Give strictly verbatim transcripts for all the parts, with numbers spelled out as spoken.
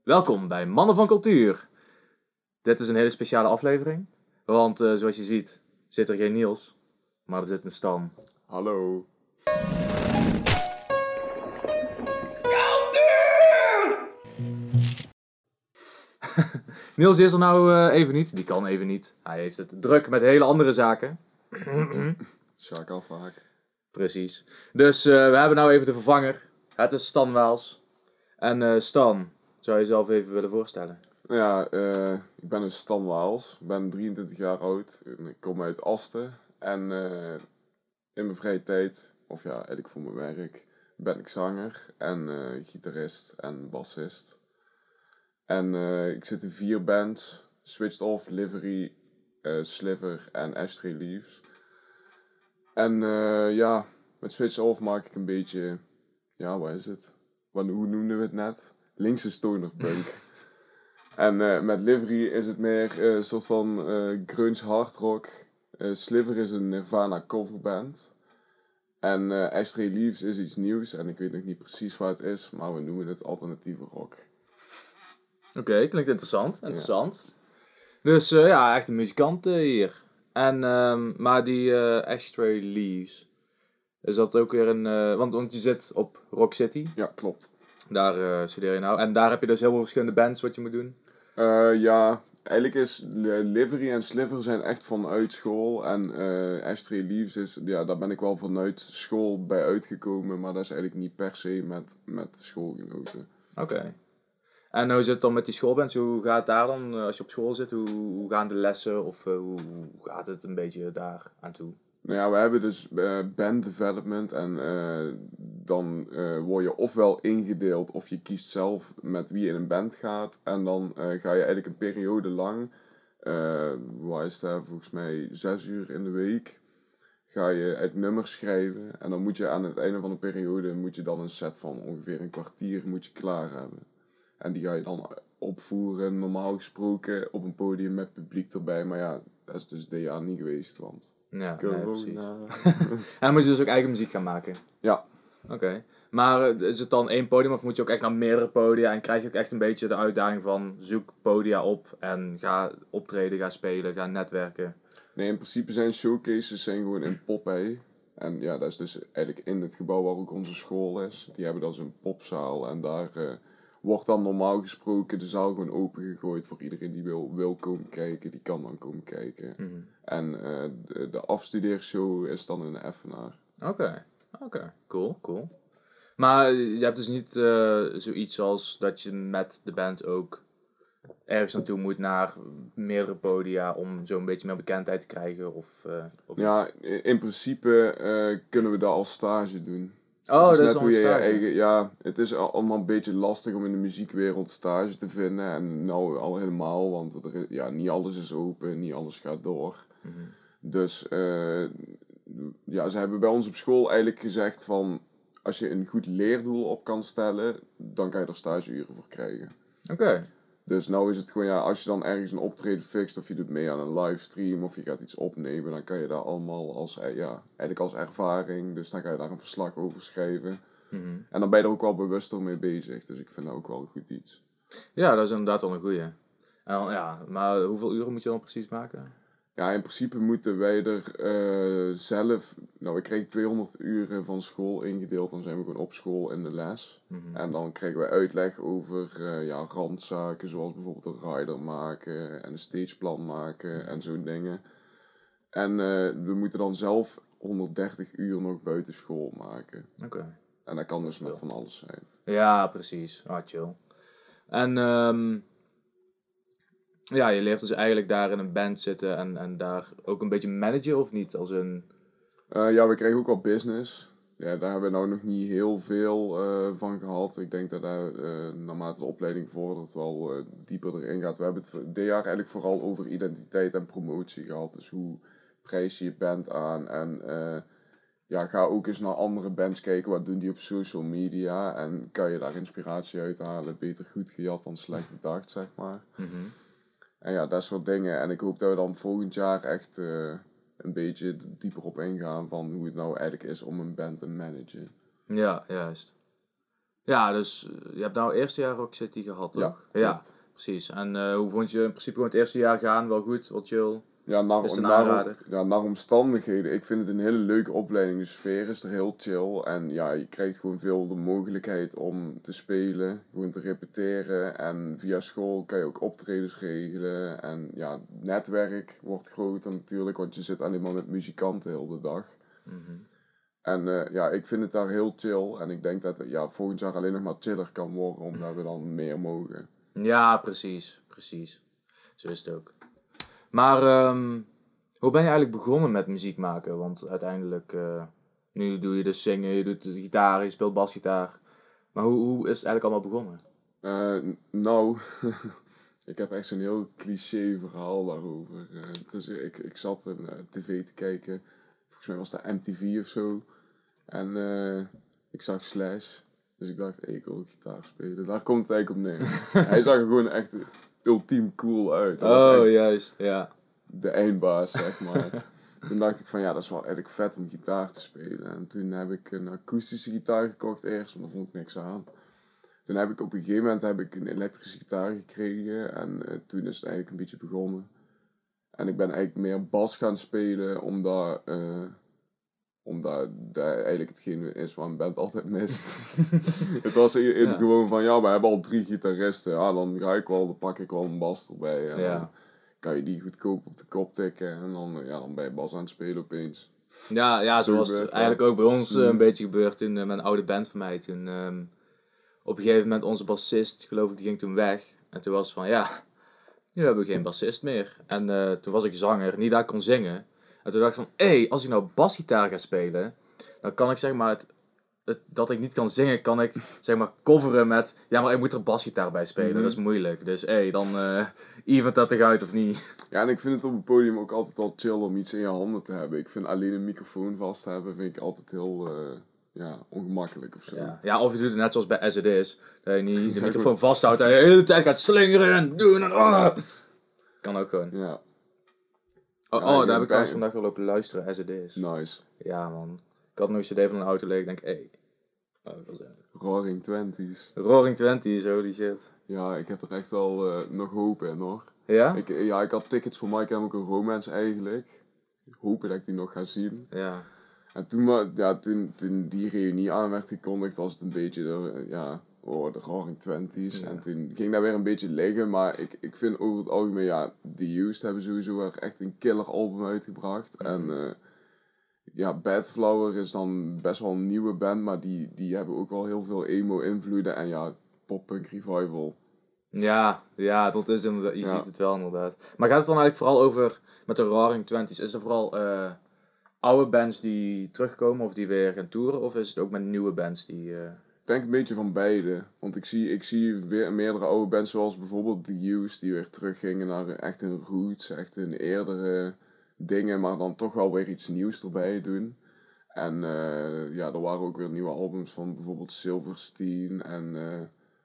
Welkom bij Mannen van Cultuur. Dit is een hele speciale aflevering, want uh, zoals je ziet zit er geen Niels, maar er zit een Stan. Hallo. Niels is er nou uh, even niet, die kan even niet. Hij heeft het druk met hele andere zaken. Sjaak afhaak. Precies. Dus uh, we hebben nou even de vervanger. Het is Stan Waals. En uh, Stan, zou je jezelf even willen voorstellen? Ja, uh, ik ben een Stan Waals. Ik ben drieëntwintig jaar oud. Ik kom uit Asten. En uh, in mijn vrije tijd, of ja, eigenlijk voor mijn werk, ben ik zanger en uh, gitarist en bassist. En uh, ik zit in vier bands. Switched Off, Livery, uh, Sliver en Ashtray Leaves. En uh, ja, met Switched Off maak ik een beetje, ja, wat is het? Wat, hoe noemden we het net? Linkse stonerpunk. En uh, met Livery is het meer een uh, soort van uh, grunge hardrock. Uh, Sliver is een Nirvana coverband. En uh, Ashtray Leaves is iets nieuws. En ik weet nog niet precies wat het is, maar we noemen het alternatieve rock. Oké, okay, klinkt interessant. Interessant. Ja. Dus uh, ja, echt een muzikant uh, hier. En, um, maar die uh, Ashtray Leaves, is dat ook weer een... Uh, want, want je zit op Rock City. Ja, klopt. Daar uh, studeer je nou. En daar heb je dus heel veel verschillende bands wat je moet doen. Uh, ja, eigenlijk is Livery en Sliver zijn echt vanuit school. En uh, Ashtray Leaves is, ja, daar ben ik wel vanuit school bij uitgekomen. Maar dat is eigenlijk niet per se met, met schoolgenoten. Oké. Okay. En hoe zit het dan met die schoolbands? Hoe gaat het daar dan, als je op school zit? Hoe, hoe gaan de lessen of uh, hoe gaat het een beetje daar aan toe? Nou ja, we hebben dus uh, band development en uh, dan uh, word je ofwel ingedeeld of je kiest zelf met wie je in een band gaat. En dan uh, ga je eigenlijk een periode lang, uh, wat is dat, volgens mij zes uur in de week, ga je uit nummers schrijven. En dan moet je aan het einde van de periode, moet je dan een set van ongeveer een kwartier moet je klaar hebben. En die ga je dan opvoeren, normaal gesproken, op een podium met publiek erbij. Maar ja, dat is dus dit jaar niet geweest, want... Ja, nee, precies. En dan moet je dus ook eigen muziek gaan maken? Ja. Oké. Okay. Maar is het dan één podium of moet je ook echt naar meerdere podia? En krijg je ook echt een beetje de uitdaging van zoek podia op en ga optreden, ga spelen, ga netwerken? Nee, in principe zijn showcases zijn gewoon in Popeye. En ja, dat is dus eigenlijk in het gebouw waar ook onze school is. Die hebben dan zo'n popzaal en daar... Uh, wordt dan normaal gesproken de zaal gewoon opengegooid voor iedereen die wil, wil komen kijken. Die kan dan komen kijken. Mm-hmm. En uh, de, de afstudeershow is dan in de Effenaar. Oké, okay. oké. Okay. Cool, cool. Maar je hebt dus niet uh, zoiets als dat je met de band ook ergens naartoe moet naar meerdere podia om zo een beetje meer bekendheid te krijgen? Of, uh, of ja, in principe uh, kunnen we dat als stage doen. Oh, het is dat net is hoe je, je stage. eigen, ja, het is allemaal een beetje lastig om in de muziekwereld stage te vinden. En nou al helemaal, want er, ja, niet alles is open, niet alles gaat door. Mm-hmm. Dus uh, ja, ze hebben bij ons op school eigenlijk gezegd van... Als je een goed leerdoel op kan stellen, dan kan je er stageuren voor krijgen. Oké. Okay. Dus nou is het gewoon, ja, als je dan ergens een optreden fixt of je doet mee aan een livestream of je gaat iets opnemen, dan kan je daar allemaal als, ja, eigenlijk als ervaring, dus dan ga je daar een verslag over schrijven. Mm-hmm. En dan ben je er ook wel bewuster mee bezig, dus ik vind dat ook wel een goed iets. Ja, dat is inderdaad wel een goeie. En dan, ja, maar hoeveel uren moet je dan precies maken? Ja, in principe moeten wij er uh, zelf... Nou, we kregen tweehonderd uren van school ingedeeld. Dan zijn we gewoon op school in de les. Mm-hmm. En dan krijgen we uitleg over uh, ja, randzaken. Zoals bijvoorbeeld een rider maken. En een stageplan maken. Mm-hmm. En zo'n dingen. En uh, we moeten dan zelf honderddertig uur nog buiten school maken. Oké. Okay. En dat kan dus met van alles zijn. Ja, precies. Ah, chill. En... Um... Ja, je leert dus eigenlijk daar in een band zitten en, en daar ook een beetje managen of niet? Als een... Uh, ja, we krijgen ook wel business. Ja, daar hebben we nou nog niet heel veel uh, van gehad. Ik denk dat daar uh, naarmate de opleiding vordert wel uh, dieper erin gaat. We hebben het dit jaar eigenlijk vooral over identiteit en promotie gehad. Dus hoe prijs je je band aan en uh, ja, ga ook eens naar andere bands kijken. Wat doen die op social media en kan je daar inspiratie uit halen? Beter goed gejat dan slecht bedacht, zeg maar. Mm-hmm. En ja, dat soort dingen. En ik hoop dat we dan volgend jaar echt uh, een beetje dieper op ingaan van hoe het nou eigenlijk is om een band te managen. Ja, juist. Ja, dus uh, je hebt nou eerste jaar Rock City gehad, toch? Ja, Ja, precies. En uh, hoe vond je in principe gewoon het eerste jaar gaan? Wel goed, wel chill? Ja, naar, Is het een naar, aanrader? ja, naar omstandigheden. Ik vind het een hele leuke opleiding. De sfeer is er heel chill. En ja, je krijgt gewoon veel de mogelijkheid om te spelen. Gewoon te repeteren. En via school kan je ook optredens regelen. En ja, netwerk wordt groter natuurlijk. Want je zit alleen maar met muzikanten de hele dag. Mm-hmm. En uh, ja, ik vind het daar heel chill. En ik denk dat het ja, volgend jaar alleen nog maar chiller kan worden. Omdat we dan meer mogen. Ja, precies. Precies. Zo is het ook. Maar um, hoe ben je eigenlijk begonnen met muziek maken? Want uiteindelijk, uh, nu doe je dus zingen, je doet de gitaar, je speelt basgitaar. Maar hoe, hoe is het eigenlijk allemaal begonnen? Uh, nou, ik heb echt zo'n heel cliché verhaal daarover. Uh, dus ik, ik zat een uh, tv te kijken, volgens mij was dat M T V of zo. En uh, ik zag Slash, dus ik dacht, hey, ik wil gitaar spelen. Daar komt het eigenlijk op neer. Hij zag er gewoon echt ultiem cool uit. Dat oh, was echt juist, ja. de eindbaas, zeg maar. Toen dacht ik van ja, dat is wel eigenlijk vet om gitaar te spelen. En toen heb ik een akoestische gitaar gekocht eerst, want daar vond ik niks aan. Toen heb ik op een gegeven moment heb ik een elektrische gitaar gekregen en uh, toen is het eigenlijk een beetje begonnen. En ik ben eigenlijk meer bas gaan spelen, omdat, uh, omdat dat eigenlijk hetgeen is wat een band altijd mist. Het was eerder ja. gewoon van ja, we hebben al drie gitaristen, ja, dan ga ik wel, dan pak ik wel een bas erbij. En ja. Dan kan je die goedkoop op de kop tikken en dan, ja, dan ben je bas aan het spelen opeens. Ja, ja zo was het eigenlijk ook bij ons uh, een beetje gebeurd toen uh, met een oude band van mij. Toen, um, op een gegeven moment onze bassist, geloof ik, die ging toen weg. En toen was het van, ja, nu hebben we geen bassist meer. En uh, toen was ik zanger, niet dat ik kon zingen. En toen dacht ik van, hé, hey, als ik nou basgitaar ga spelen, dan kan ik zeg maar, het, het, dat ik niet kan zingen, kan ik zeg maar coveren met, ja, maar ik moet er basgitaar bij spelen. Mm-hmm. Dat is moeilijk. Dus hé, hey, dan uh, event dat toch uit of niet. Ja, en ik vind het op het podium ook altijd wel chill om iets in je handen te hebben. Ik vind alleen een microfoon vast hebben, vind ik altijd heel... Uh... Ja, ongemakkelijk of zo. Ja. ja, of je doet het net zoals bij As It Is. Dat je niet de microfoon vasthoudt en je de hele tijd gaat slingeren en doen en oh. Kan ook gewoon. Ja. Oh, ja, oh daar heb ik trouwens vandaag wel lopen luisteren, As It Is. Nice. Ja man. Ik had nog een cd van een auto liggen, denk hé. Hey. Oh, ik wil zeggen. Roaring Twenties. Roaring Twenties, holy shit. Ja, ik heb er echt wel uh, nog hoop in hoor. Ja? Ik, ja, ik had tickets voor My Chemical Romance eigenlijk. Hopen dat ik die nog ga zien. Ja. En toen, ja, toen, toen die reunie aan werd gekondigd, was het een beetje de, ja, oh, de Roaring Twenties. Ja. En toen ging dat weer een beetje liggen, maar ik, ik vind over het algemeen, ja, The Used hebben sowieso weer echt een killer album uitgebracht. Mm-hmm. En uh, ja, Bad Flower is dan best wel een nieuwe band, maar die, die hebben ook wel heel veel emo-invloeden en ja, pop-punk revival. Ja, ja, dat is inderdaad, je ja. ziet het wel inderdaad. Maar gaat het dan eigenlijk vooral over, met de Roaring Twenties, is er vooral... Uh, oude bands die terugkomen of die weer gaan toeren? Of is het ook met nieuwe bands die... Uh... Ik denk een beetje van beide. Want ik zie, ik zie weer meerdere oude bands zoals bijvoorbeeld The Used die weer teruggingen naar echt hun roots, echt hun eerdere dingen, maar dan toch wel weer iets nieuws erbij doen. En uh, ja, er waren ook weer nieuwe albums van bijvoorbeeld Silverstein en uh,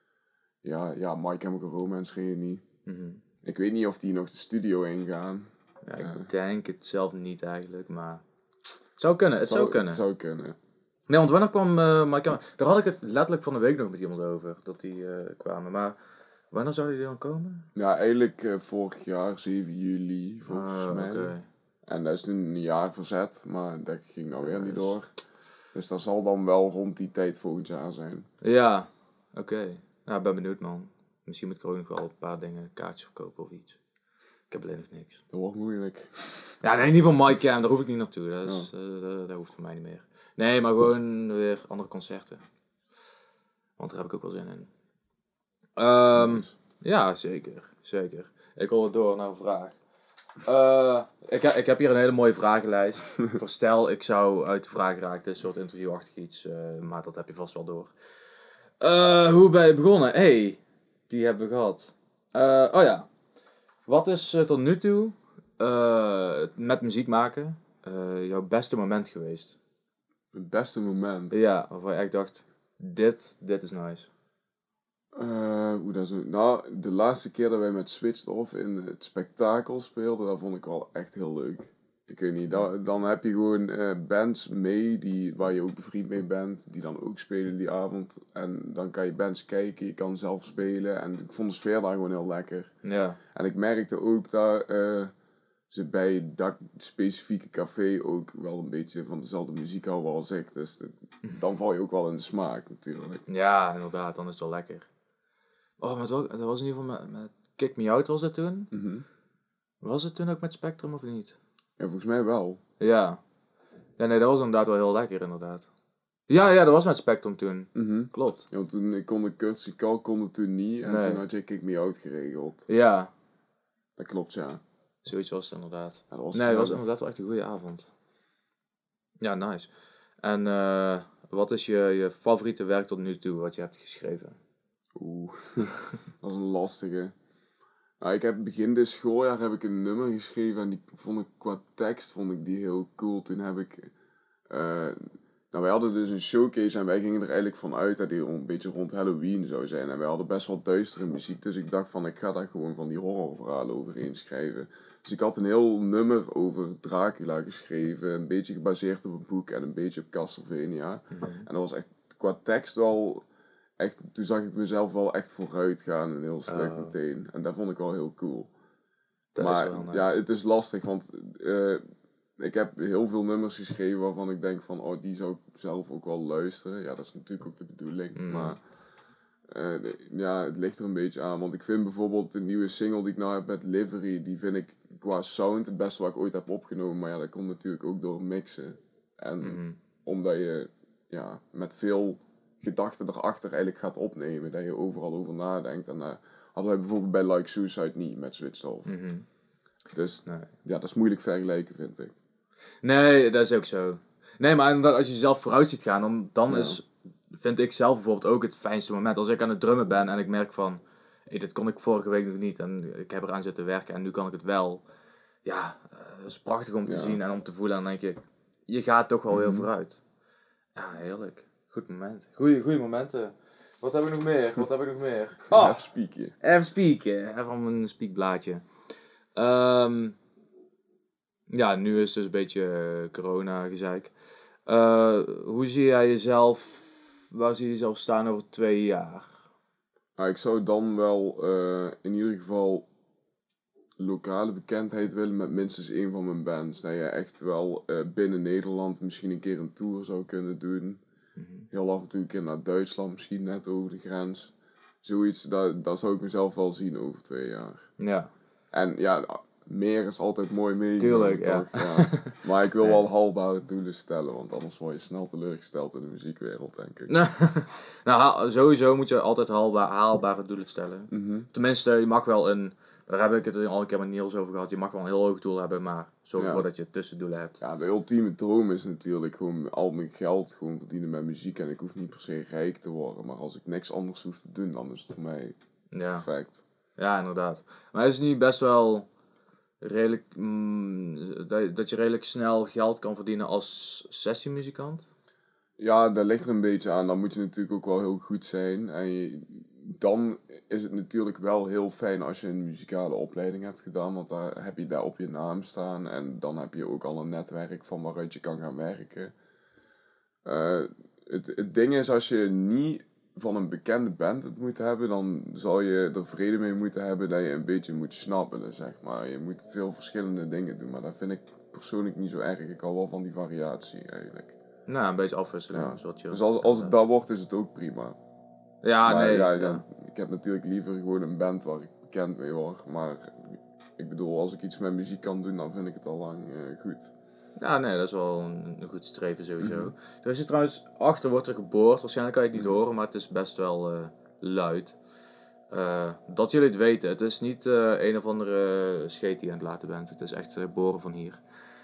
ja, ja, My Chemical Romance Reunie. Mm-hmm. Ik weet niet of die nog de studio ingaan. Ja, ik uh, denk het zelf niet eigenlijk, maar... Het zou kunnen, het zou, zou kunnen. Het zou kunnen. Nee, want wanneer kwam uh, My Chemical... Daar had ik het letterlijk van de week nog met iemand over, dat die uh, kwamen. Maar wanneer zouden die dan komen? Ja, eigenlijk uh, vorig jaar, zeven juli, volgens oh, mij. Okay. En dat is toen een jaar verzet, maar dat ging nou weer yes. niet door. Dus dat zal dan wel rond die tijd volgend jaar zijn. Ja, oké. Okay. Nou, ik ben benieuwd man. Misschien moet ik ook nog wel een paar dingen, kaartjes verkopen of iets. Ik heb alleen nog niks. Dat wordt moeilijk. Ja, nee, niet van My Cam, daar hoef ik niet naartoe. Dat, is, oh. uh, dat, dat hoeft voor mij niet meer. Nee, maar gewoon weer andere concerten. Want daar heb ik ook wel zin in. Um, nice. Ja, zeker. Zeker. Ik wil er door naar een vraag. Uh, ik, ik heb hier een hele mooie vragenlijst. Voor stel, ik zou uit de vraag raken. Het is een soort interviewachtig iets. Uh, maar dat heb je vast wel door. Uh, hoe ben je begonnen? Hey, die hebben we gehad. Uh, oh ja. Wat is uh, tot nu toe uh, met muziek maken uh, jouw beste moment geweest? Het beste moment? Ja, waarvan je echt dacht, dit, dit is nice. Uh, hoe dat is, nou, de laatste keer dat wij met Switched Off in het spektakel speelden, dat vond ik wel echt heel leuk. Ik weet niet, dan, dan heb je gewoon uh, bands mee die, waar je ook bevriend mee bent, die dan ook spelen die avond. En dan kan je bands kijken, je kan zelf spelen. En ik vond de sfeer daar gewoon heel lekker. Ja. En ik merkte ook dat uh, ze bij dat specifieke café ook wel een beetje van dezelfde muziek houden als ik. Dus de, dan val je ook wel in de smaak natuurlijk. Ja, inderdaad, dan is het wel lekker. Oh, maar dat was in ieder geval met, met Kick Me Out was dat toen? Mm-hmm. Was het toen ook met Spectrum of niet? Ja, volgens mij wel. Ja. Ja, nee, dat was inderdaad wel heel lekker, inderdaad. Ja, ja, dat was met Spectrum toen. Mm-hmm. Klopt. Ja, want toen kon de Courtesy Call kon toen niet. En nee. Toen had je Kick Me Out geregeld. Ja. Dat klopt, ja. Zoiets was het inderdaad. Ja, dat was nee, het was inderdaad wel echt een goede avond. Ja, nice. En uh, wat is je, je favoriete werk tot nu toe wat je hebt geschreven? Oeh, dat is een lastige. Nou, ik heb begin dit schooljaar heb ik een nummer geschreven en die vond ik qua tekst vond ik die heel cool. Toen heb ik, uh, nou wij hadden dus een showcase en wij gingen er eigenlijk van uit dat die een beetje rond Halloween zou zijn. En wij hadden best wel duistere muziek, dus ik dacht van ik ga daar gewoon van die horrorverhalen overheen schrijven. Dus ik had een heel nummer over Dracula geschreven, een beetje gebaseerd op een boek en een beetje op Castlevania. Mm-hmm. En dat was echt qua tekst wel... Echt, toen zag ik mezelf wel echt vooruit gaan, een heel stuk uh, meteen. En dat vond ik wel heel cool. Dat maar is wel nice. Ja, het is lastig, want uh, ik heb heel veel nummers geschreven waarvan ik denk van, oh, die zou ik zelf ook wel luisteren. Ja, dat is natuurlijk ook de bedoeling. Mm. Maar uh, ja, het ligt er een beetje aan. Want ik vind bijvoorbeeld de nieuwe single die ik nou heb met Livery, die vind ik qua sound het beste wat ik ooit heb opgenomen. Maar ja, dat komt natuurlijk ook door mixen. En mm. omdat je ja, met veel... gedachten erachter eigenlijk gaat opnemen. Dat je overal over nadenkt. En uh, hadden wij bijvoorbeeld bij Like Suicide niet met Zwitserland. Mm-hmm. Dus nee. Ja, dat is moeilijk vergelijken, vind ik. Nee, dat is ook zo. Nee, maar als je jezelf vooruit ziet gaan, dan, dan ja. is, vind ik zelf bijvoorbeeld ook het fijnste moment. Als ik aan het drummen ben en ik merk van, hey, dit kon ik vorige week nog niet en ik heb eraan zitten werken en nu kan ik het wel. Ja, uh, dat is prachtig om te ja. zien en om te voelen. En dan denk je, je gaat toch wel mm-hmm. weer vooruit. Ja, heerlijk. Goed moment. Goeie, goeie momenten. Wat heb ik nog meer? Wat heb ik nog meer? Oh, even spieken. Even spieken. Even van mijn spiekblaadje. Um, ja, nu is het dus een beetje uh, corona-gezeik. Uh, hoe zie jij jezelf... Waar zie je jezelf staan over twee jaar? Nou, ik zou dan wel uh, in ieder geval lokale bekendheid willen met minstens één van mijn bands. Dat je echt wel uh, binnen Nederland misschien een keer een tour zou kunnen doen. Mm-hmm. Heel af en toe een keer naar Duitsland, misschien net over de grens. Zoiets, dat, dat zou ik mezelf wel zien over twee jaar. Ja. En ja, meer is altijd mooi mee. Tuurlijk, ja. ja. Maar ik wil wel haalbare doelen stellen, want anders word je snel teleurgesteld in de muziekwereld, denk ik. Nou, sowieso moet je altijd haalba- haalbare doelen stellen. Mm-hmm. Tenminste, je mag wel een... Daar heb ik het al een keer met Niels over gehad. Je mag wel een heel hoog doel hebben, maar zorg ervoor ja. dat je tussendoelen hebt. Ja, de ultieme droom is natuurlijk gewoon al mijn geld gewoon verdienen met muziek. En ik hoef niet per se rijk te worden. Maar als ik niks anders hoef te doen, dan is het voor mij ja. perfect. Ja, inderdaad. Maar is het niet best wel redelijk... Mm, dat, dat je redelijk snel geld kan verdienen als sessiemuzikant? Ja, dat ligt er een beetje aan. Dan moet je natuurlijk ook wel heel goed zijn. En je, dan is het natuurlijk wel heel fijn als je een muzikale opleiding hebt gedaan. Want daar heb je daar op je naam staan. En dan heb je ook al een netwerk van waaruit je kan gaan werken. Uh, het, het ding is, als je niet van een bekende band het moet hebben, dan zal je er vrede mee moeten hebben dat je een beetje moet snappen, zeg maar. Je moet veel verschillende dingen doen. Maar dat vind ik persoonlijk niet zo erg. Ik hou wel van die variatie eigenlijk. Nou, een beetje afwisseling. Ja. Zoals je dus als, als het dat wordt, is het ook prima. Ja, maar, nee. Ja, ja. Ja, ik heb natuurlijk liever gewoon een band waar ik bekend mee word. Maar ik bedoel, als ik iets met muziek kan doen, dan vind ik het al lang uh, goed. Ja, nee, dat is wel een, een goed streven sowieso. Mm-hmm. Er is er trouwens, achter wordt er geboord. Waarschijnlijk kan je het niet mm-hmm. horen, maar het is best wel uh, luid. Uh, dat jullie het weten. Het is niet uh, een of andere scheet die je aan het laten bent. Het is echt uh, boren van hier.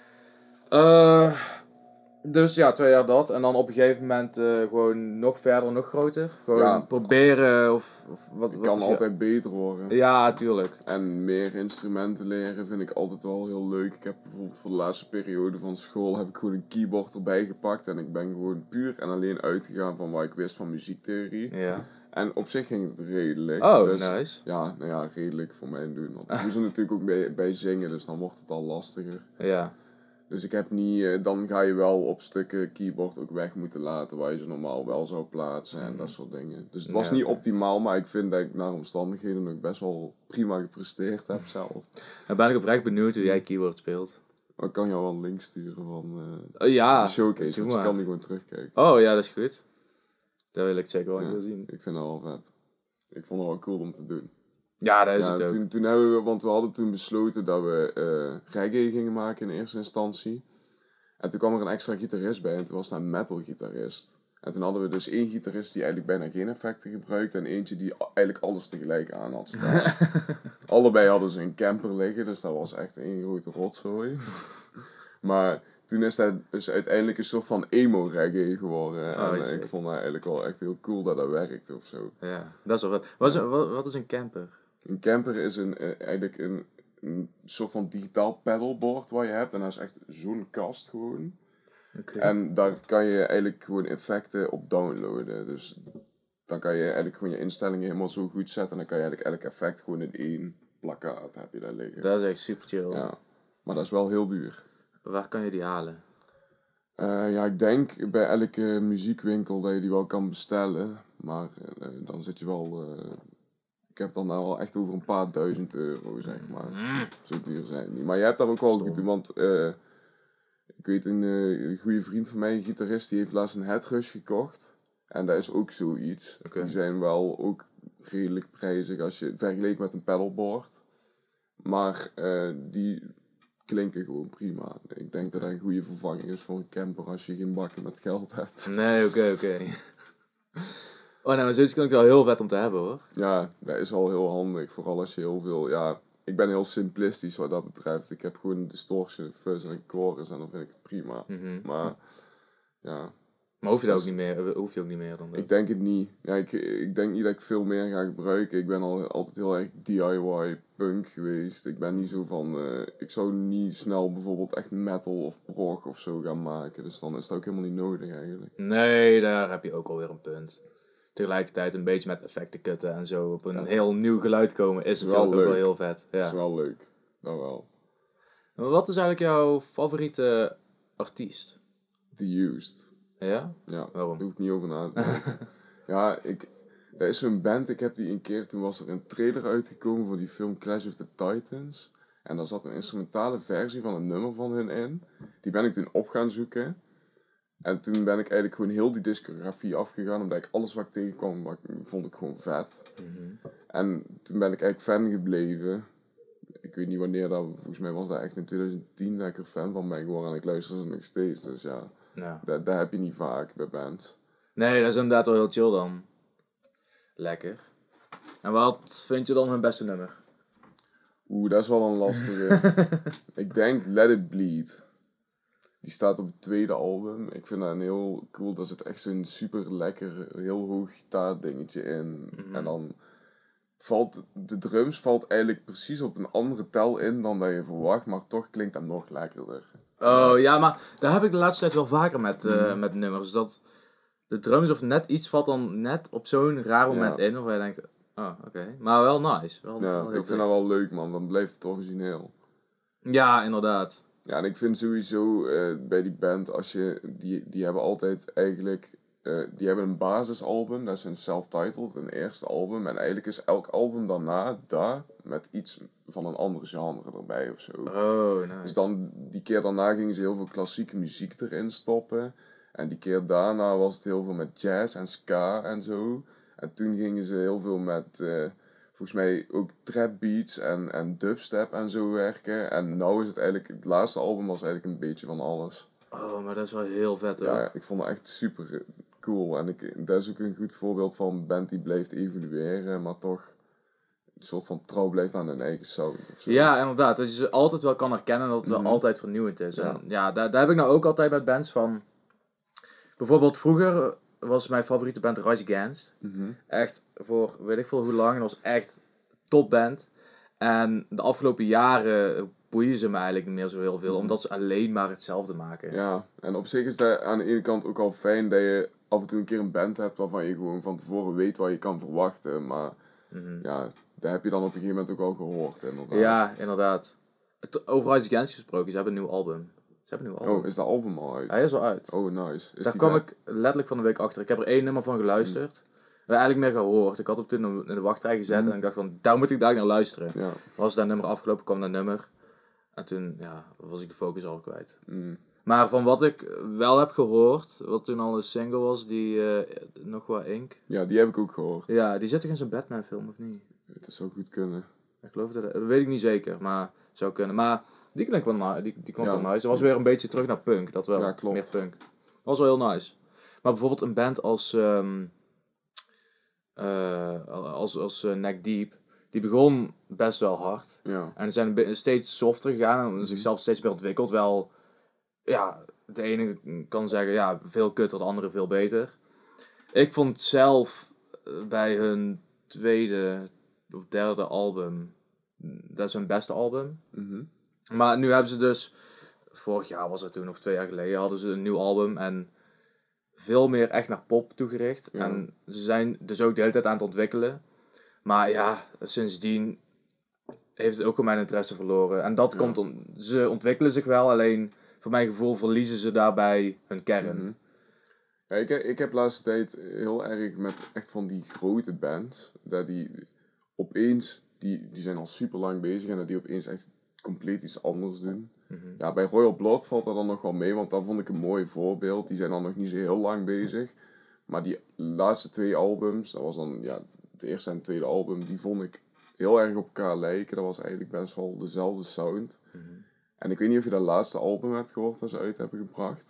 Uh, dus ja, twee jaar dat. En dan op een gegeven moment uh, gewoon nog verder, nog groter. Gewoon ja. proberen of, of wat. Het wat kan is altijd je... beter worden. Ja, tuurlijk. En meer instrumenten leren vind ik altijd wel heel leuk. Ik heb bijvoorbeeld voor de laatste periode van school heb ik gewoon een keyboard erbij gepakt. En ik ben gewoon puur en alleen uitgegaan van wat ik wist van muziektheorie. Ja. En op zich ging het redelijk. Oh, dus, nice. Ja, nou ja, redelijk voor mij doen. Want ik moest er natuurlijk ook bij, bij zingen, dus dan wordt het al lastiger. Ja. Dus ik heb niet, uh, dan ga je wel op stukken keyboard ook weg moeten laten waar je ze normaal wel zou plaatsen en mm. dat soort dingen. Dus het was ja, niet okay. optimaal, maar ik vind dat ik naar omstandigheden ook best wel prima gepresteerd heb zelf. Dan ben ik oprecht benieuwd hoe jij keyboard speelt. Ik kan jou wel een link sturen van uh, uh, ja, de showcase, want je kan die gewoon terugkijken. Oh ja, dat is goed. Dat wil ik zeker wel ja, zien. Ik vind dat wel vet. Ik vond het wel cool om te doen. Ja, dat is ja, het ook. Toen, toen hebben we, want we hadden toen besloten dat we uh, reggae gingen maken in eerste instantie. En toen kwam er een extra gitarist bij en toen was dat een metal gitarist. En toen hadden we dus één gitarist die eigenlijk bijna geen effecten gebruikte en eentje die eigenlijk alles tegelijk aan had staan. Allebei hadden ze een camper liggen, dus dat was echt een grote rotzooi. Maar toen is dat dus uiteindelijk een soort van emo reggae geworden. Oh, en ik vond dat eigenlijk wel echt heel cool dat dat werkte of zo. Ja, dat is wel wat. Wat is een, wat, wat is een camper? Een camper is een, uh, eigenlijk een, een soort van digitaal pedalboard wat je hebt. En dat is echt zo'n kast gewoon. Okay. En daar kan je eigenlijk gewoon effecten op downloaden. Dus dan kan je eigenlijk gewoon je instellingen helemaal zo goed zetten. En dan kan je eigenlijk elk effect gewoon in één plakkaat heb je daar liggen. Dat is echt super chill. Ja, maar dat is wel heel duur. Waar kan je die halen? Uh, ja, ik denk bij elke muziekwinkel dat je die wel kan bestellen. Maar uh, dan zit je wel... Uh, ik heb dan al echt over een paar duizend euro, zeg maar. Mm. Zo duur zijn die. Maar je hebt daar ook wel goed in, want... Uh, ik weet een, uh, een goede vriend van mij, een gitarist, die heeft laatst een Headrush gekocht. En dat is ook zoiets. Okay. Die zijn wel ook redelijk prijzig als je vergelijkt met een pedalboard. Maar uh, die klinken gewoon prima. Ik denk dat dat een goede vervanging is voor een camper als je geen bakken met geld hebt. Nee, oké, okay, oké. Okay. Oh, nou, zoiets klinkt wel heel vet om te hebben, hoor. Ja, dat is wel heel handig. Vooral als je heel veel... Ja, ik ben heel simplistisch wat dat betreft. Ik heb gewoon een distortion, fuzz en een chorus en dan vind ik het prima. Mm-hmm. Maar, ja... Maar hoef je dat ook niet meer, hoef je ook niet meer dan dat? Ik denk het niet. Ja, ik, ik denk niet dat ik veel meer ga gebruiken. Ik ben al, altijd heel erg D I Y punk geweest. Ik ben niet zo van... Uh, ik zou niet snel bijvoorbeeld echt metal of prog of zo gaan maken. Dus dan is dat ook helemaal niet nodig eigenlijk. Nee, daar heb je ook alweer een punt. Tegelijkertijd een beetje met effecten kutten en zo op een ja. heel nieuw geluid komen is natuurlijk ook wel heel vet. Ja. Dat is wel leuk. Dat wel. Maar wat is eigenlijk jouw favoriete artiest? The Used. Ja? Ja, waarom? Daar hoef ik niet over na te denken. Ja, ik... Dat is zo'n band, ik heb die een keer, toen was er een trailer uitgekomen voor die film Clash of the Titans. En daar zat een instrumentale versie van een nummer van hun in. Die ben ik toen op gaan zoeken. En toen ben ik eigenlijk gewoon heel die discografie afgegaan, omdat ik alles wat ik tegenkwam, wat ik, vond ik gewoon vet. Mm-hmm. En toen ben ik eigenlijk fan gebleven. Ik weet niet wanneer dat, volgens mij was dat echt in twintig tien dat ik er fan van ben geworden en ik luister ze nog steeds. Dus ja, ja. Dat, dat heb je niet vaak bij bands. Nee, dat is inderdaad wel heel chill dan. Lekker. En wat vind je dan hun beste nummer? Oeh, dat is wel een lastige. Ik denk Let It Bleed. Die staat op het tweede album. Ik vind dat een heel cool. Daar zit echt zo'n super lekker, heel hoog gitaar dingetje in. Mm-hmm. En dan valt de drums valt eigenlijk precies op een andere tel in dan dat je verwacht. Maar toch klinkt dat nog lekkerder. Oh ja, maar daar heb ik de laatste tijd wel vaker met, uh, mm. met nummers. Dat de drums of net iets valt dan net op zo'n raar moment ja. in. Of je denkt, oh oké. Okay. Maar wel nice. Wel, ja, wel ik vind leuk. Dat wel leuk man. Dan blijft het origineel. Ja, inderdaad. Ja, en ik vind sowieso uh, bij die band, als je, die, die hebben altijd eigenlijk, uh, die hebben een basisalbum, dat is een self-titled, een eerste album. En eigenlijk is elk album daarna daar met iets van een ander genre erbij of zo. Oh, nice. Dus dan, die keer daarna gingen ze heel veel klassieke muziek erin stoppen. En die keer daarna was het heel veel met jazz en ska en zo. En toen gingen ze heel veel met... Uh, volgens mij ook trap beats en, en dubstep en zo werken. En nou is het eigenlijk, het laatste album was eigenlijk een beetje van alles. Oh, maar dat is wel heel vet hoor. Ja, ik vond het echt super cool. En ik, dat is ook een goed voorbeeld van een band die blijft evolueren, maar toch een soort van trouw blijft aan hun eigen sound. Of zo. Ja, inderdaad. Dat je ze altijd wel kan herkennen dat het mm-hmm. wel altijd vernieuwend is. Ja, en ja daar, daar heb ik nou ook altijd met bands van. Bijvoorbeeld vroeger was mijn favoriete band Rise Against. Mm-hmm. Echt voor weet ik veel hoe lang. Dat was echt topband. En de afgelopen jaren boeien ze me eigenlijk niet meer zo heel veel. Mm-hmm. Omdat ze alleen maar hetzelfde maken. Ja, en op zich is dat aan de ene kant ook al fijn dat je af en toe een keer een band hebt waarvan je gewoon van tevoren weet wat je kan verwachten. Maar mm-hmm. ja, dat heb je dan op een gegeven moment ook al gehoord. Inderdaad. Ja, inderdaad. Over Rise Against gesproken, ze hebben een nieuw album. Ze hebben een nieuw album. Oh, is dat album al uit? Hij is al uit. Oh, nice. Is Daar die kwam vet? ik letterlijk van de week achter. Ik heb er één nummer van geluisterd. Mm. Eigenlijk meer gehoord. Ik had hem toen in de wachtrij gezet Mm. en ik dacht van, daar moet ik daar naar luisteren. Ja. Was dat nummer afgelopen, kwam dat nummer. En toen, ja, was ik de focus al kwijt. Mm. Maar van wat ik wel heb gehoord, wat toen al een single was, die uh, Nog Wat Ink. Ja, die heb ik ook gehoord. Ja, die zit toch in zo'n Batman film, of niet? Het zou goed kunnen. Ik geloof dat, dat weet ik niet zeker, maar zou kunnen. Maar die klonk wel, na- die, die klonk Ja. wel nice. Het was weer een beetje terug naar punk, dat wel. Ja, klopt. Meer punk. Was wel heel nice. Maar bijvoorbeeld een band als, um, uh, als, als uh, Neck Deep, die begon best wel hard. Ja. En ze zijn een be- steeds softer gegaan en Mm-hmm. zichzelf steeds meer ontwikkeld. Wel, ja, de ene kan zeggen, ja, veel kutter, de andere veel beter. Ik vond zelf uh, bij hun tweede of derde album, dat is hun beste album. Mm-hmm. Maar nu hebben ze dus, vorig jaar was het toen, of twee jaar geleden, hadden ze een nieuw album en veel meer echt naar pop toegericht. Ja. En ze zijn dus ook de hele tijd aan het ontwikkelen. Maar ja, sindsdien heeft het ook wel mijn interesse verloren. En dat Ja. komt, om, ze ontwikkelen zich wel, alleen voor mijn gevoel verliezen ze daarbij hun kern. Mm-hmm. Ja, ik, ik heb de laatste tijd heel erg met echt van die grote bands, dat die opeens, die, die zijn al super lang bezig en dat die opeens echt compleet iets anders doen. Mm-hmm. Ja, bij Royal Blood valt dat dan nog wel mee, want dat vond ik een mooi voorbeeld. Die zijn dan nog niet zo heel lang bezig. Maar die laatste twee albums, dat was dan ja, het eerste en het tweede album, die vond ik heel erg op elkaar lijken. Dat was eigenlijk best wel dezelfde sound. Mm-hmm. En ik weet niet of je dat laatste album hebt gehoord dat ze uit hebben gebracht.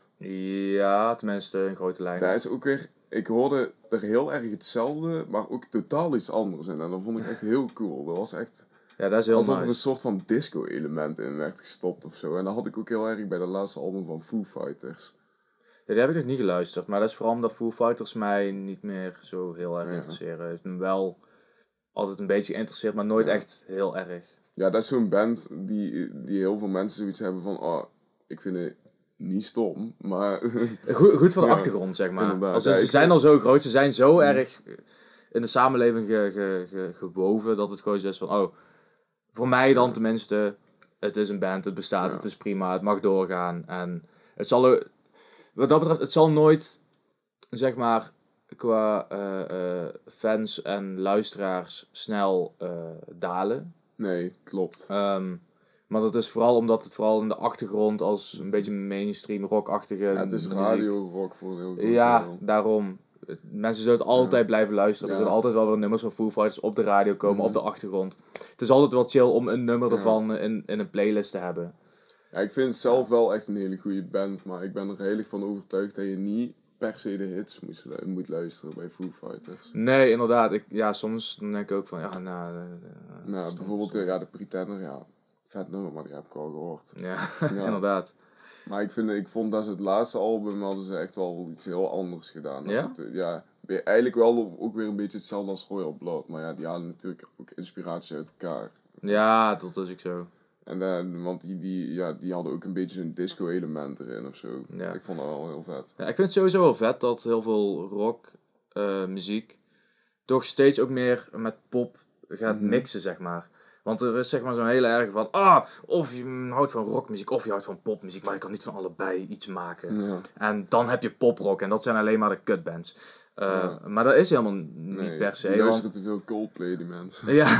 Ja, tenminste in grote lijnen. Daar is ook weer, ik hoorde er heel erg hetzelfde, maar ook totaal iets anders in. En dat vond ik echt heel cool. Dat was echt Ja, dat is heel alsof nice. er een soort van disco-element in werd gestopt of zo. En dat had ik ook heel erg bij de laatste album van Foo Fighters. Ja, die heb ik nog niet geluisterd, maar dat is vooral omdat Foo Fighters mij niet meer zo heel erg Ja. interesseren. Het heeft me wel altijd een beetje geïnteresseerd, maar nooit Ja. echt heel erg. Ja, dat is zo'n band die, die heel veel mensen zoiets hebben van, oh, ik vind het niet stom, maar... Goed, goed voor de Ja, achtergrond, zeg maar. inderdaad. Als, Ja, ze ik zijn vind- al zo groot, ze zijn zo Mm. erg in de samenleving ge, ge, ge- gewoven, dat het gewoon zo is van, oh, voor mij dan Ja. tenminste, het is een band, het bestaat, Ja. het is prima, het mag doorgaan. En het zal, ook- wat dat betreft, het zal nooit, zeg maar, qua eh, eh, fans en luisteraars snel eh, dalen. Nee, klopt. Ehm, maar dat is vooral omdat het vooral in de achtergrond als een beetje mainstream rockachtige Ja, het is muziek- radio rock voor een heel groot Ja, deel. daarom. Het- Mensen zullen het altijd Ja. blijven luisteren. Er Ja. zullen altijd wel weer nummers van Foo Fighters op de radio komen, Mhm. op de achtergrond. Het is altijd wel chill om een nummer Ja. ervan in, in een playlist te hebben. Ja, ik vind het zelf wel echt een hele goede band, maar ik ben er heel erg van overtuigd dat je niet per se de hits moet, lu- moet luisteren bij Foo Fighters. Nee, inderdaad. Ik, ja, soms dan denk ik ook van, ja, nou... eh, eh, Nou, soms- bijvoorbeeld de, ja, de Pretender, ja, vet nummer, maar die heb ik al gehoord. Ja, Ja. inderdaad. Maar ik, vind, ik vond dat ze het laatste album hadden ze echt wel iets heel anders gedaan. Dat Ja? het, ja, weer- eigenlijk wel ook weer een beetje hetzelfde als Royal Blood, maar ja, die halen natuurlijk ook inspiratie uit elkaar. Ja, dat is ook zo. En dan, want die, die, ja, die hadden ook een beetje een disco element erin of zo. Ja. Ik vond dat wel heel vet. Ja, ik vind het sowieso wel vet dat heel veel rock, eh, muziek, toch steeds ook meer met pop gaat Mhm. mixen, zeg maar. Want er is zeg maar zo'n hele erg van, ah, of je houdt van rockmuziek of je houdt van popmuziek, maar je kan niet van allebei iets maken. Ja. En dan heb je poprock en dat zijn alleen maar de kutbands. Uh, Ja. Maar dat is helemaal niet Nee, per se. die Want... luisteren te veel Coldplay, die mensen. Ja.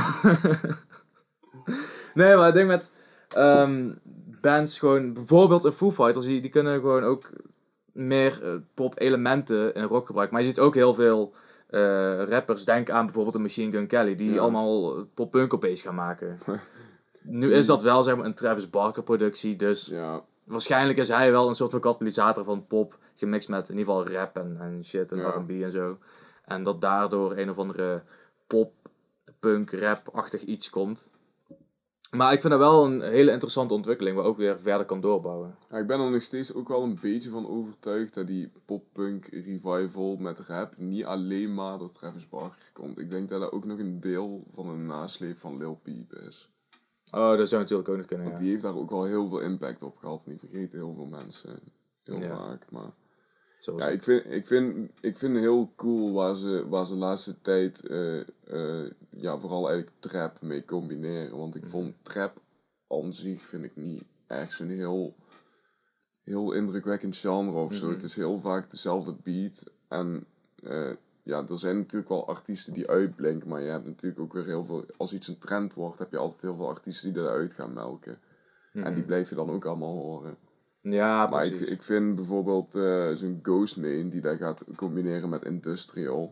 Nee, maar ik denk met um, bands gewoon, bijvoorbeeld een Foo Fighters, die, die kunnen gewoon ook meer uh, pop-elementen in rock gebruiken. Maar je ziet ook heel veel uh, rappers, denk aan bijvoorbeeld een Machine Gun Kelly, die Ja. allemaal pop-punk opeens gaan maken. Nu is dat wel zeg maar een Travis Barker productie, dus Ja, waarschijnlijk is hij wel een soort van katalysator van pop, gemixt met in ieder geval rap en, en shit en Ja. R en B en zo. En dat daardoor een of andere pop, punk, rap-achtig iets komt. Maar ik vind dat wel een hele interessante ontwikkeling, waar ook weer verder kan doorbouwen. ja, ik ben er nog steeds ook wel een beetje van overtuigd dat die pop-punk revival met rap niet alleen maar door Travis Barker komt. Ik denk dat dat ook nog een deel van een nasleep van Lil Peep is. Oh, dat zou natuurlijk ook nog kunnen, Want ja. die heeft daar ook wel heel veel impact op gehad. En die vergeten heel veel mensen heel Ja. vaak. Maar Zoals ja, ik vind, ik vind, ik vind het heel cool waar ze, waar ze de laatste tijd eh, eh, ja, vooral eigenlijk trap mee combineren. Want ik vond trap aan zich vind ik niet echt zo'n heel heel indrukwekkend genre of zo. Mhm. Het is heel vaak dezelfde beat. En uh, ja, er zijn natuurlijk wel artiesten die uitblinken, maar je hebt natuurlijk ook weer heel veel... Als iets een trend wordt, heb je altijd heel veel artiesten die eruit gaan melken. Mhm. En die blijf je dan ook allemaal horen. Ja, Maar precies. ik, ik vind bijvoorbeeld uh, zo'n Ghostman die dat gaat combineren met industrial.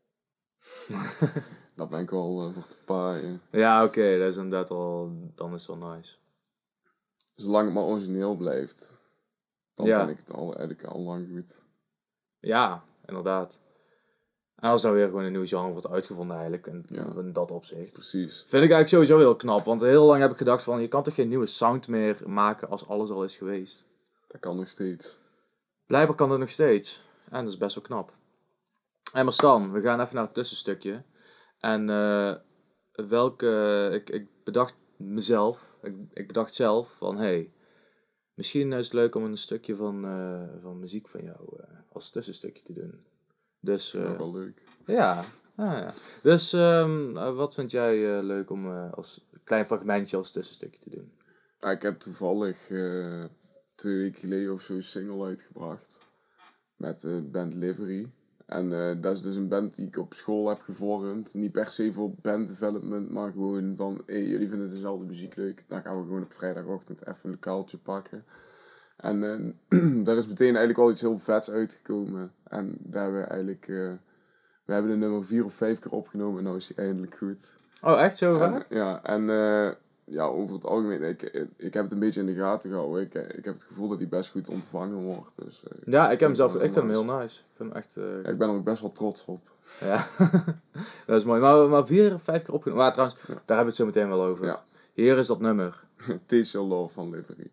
Daar ben ik wel uh, voor te paaien. Ja, oké, okay, dat is inderdaad al... Dan is het wel nice. Zolang het maar origineel blijft, dan ja. ben ik het al, eigenlijk al lang goed. Ja, inderdaad. En als nou weer gewoon een nieuw genre wordt uitgevonden eigenlijk, in, Ja. in dat opzicht. Precies. Vind ik eigenlijk sowieso heel knap, want heel lang heb ik gedacht van, je kan toch geen nieuwe sound meer maken als alles al is geweest. Dat kan nog steeds. Blijkbaar kan dat nog steeds. En dat is best wel knap. En maar Stan, we gaan even naar het tussenstukje. En uh, welke, ik, ik bedacht mezelf, ik, ik bedacht zelf van, hey, misschien is het leuk om een stukje van, uh, van muziek van jou uh, als tussenstukje te doen. Dus, uh, dat is wel leuk. Ja, ah, ja. Dus um, wat vind jij uh, leuk om uh, als klein fragmentje als tussenstukje te doen? Ja, ik heb toevallig uh, twee weken geleden of zo een single uitgebracht. Met de uh, band Livery. En uh, dat is dus een band die ik op school heb gevormd. Niet per se voor band development, maar gewoon van... Hé, hey, jullie vinden dezelfde muziek leuk. Dan gaan we gewoon op vrijdagochtend even een lokaaltje pakken. En uh, daar is meteen eigenlijk wel iets heel vets uitgekomen. En daar hebben we eigenlijk... Uh, we hebben de nummer vier of vijf keer opgenomen en nou is hij eindelijk goed. Oh, echt zo vaak? Ja, en uh, ja, over het algemeen, ik, ik heb het een beetje in de gaten gehouden. Ik, ik heb het gevoel dat hij best goed ontvangen wordt. Dus, uh, ja, ik, ik heb hem zelf, ik vind hem nice. heel nice. Ik vind hem echt... Uh, ja, ik ben er ook best wel trots op. Ja, dat is mooi. Maar, maar vier of vijf keer opgenomen. Maar trouwens, ja. Daar hebben we het zo meteen wel over. Ja. Hier is dat nummer. Taste Your Love van Livery.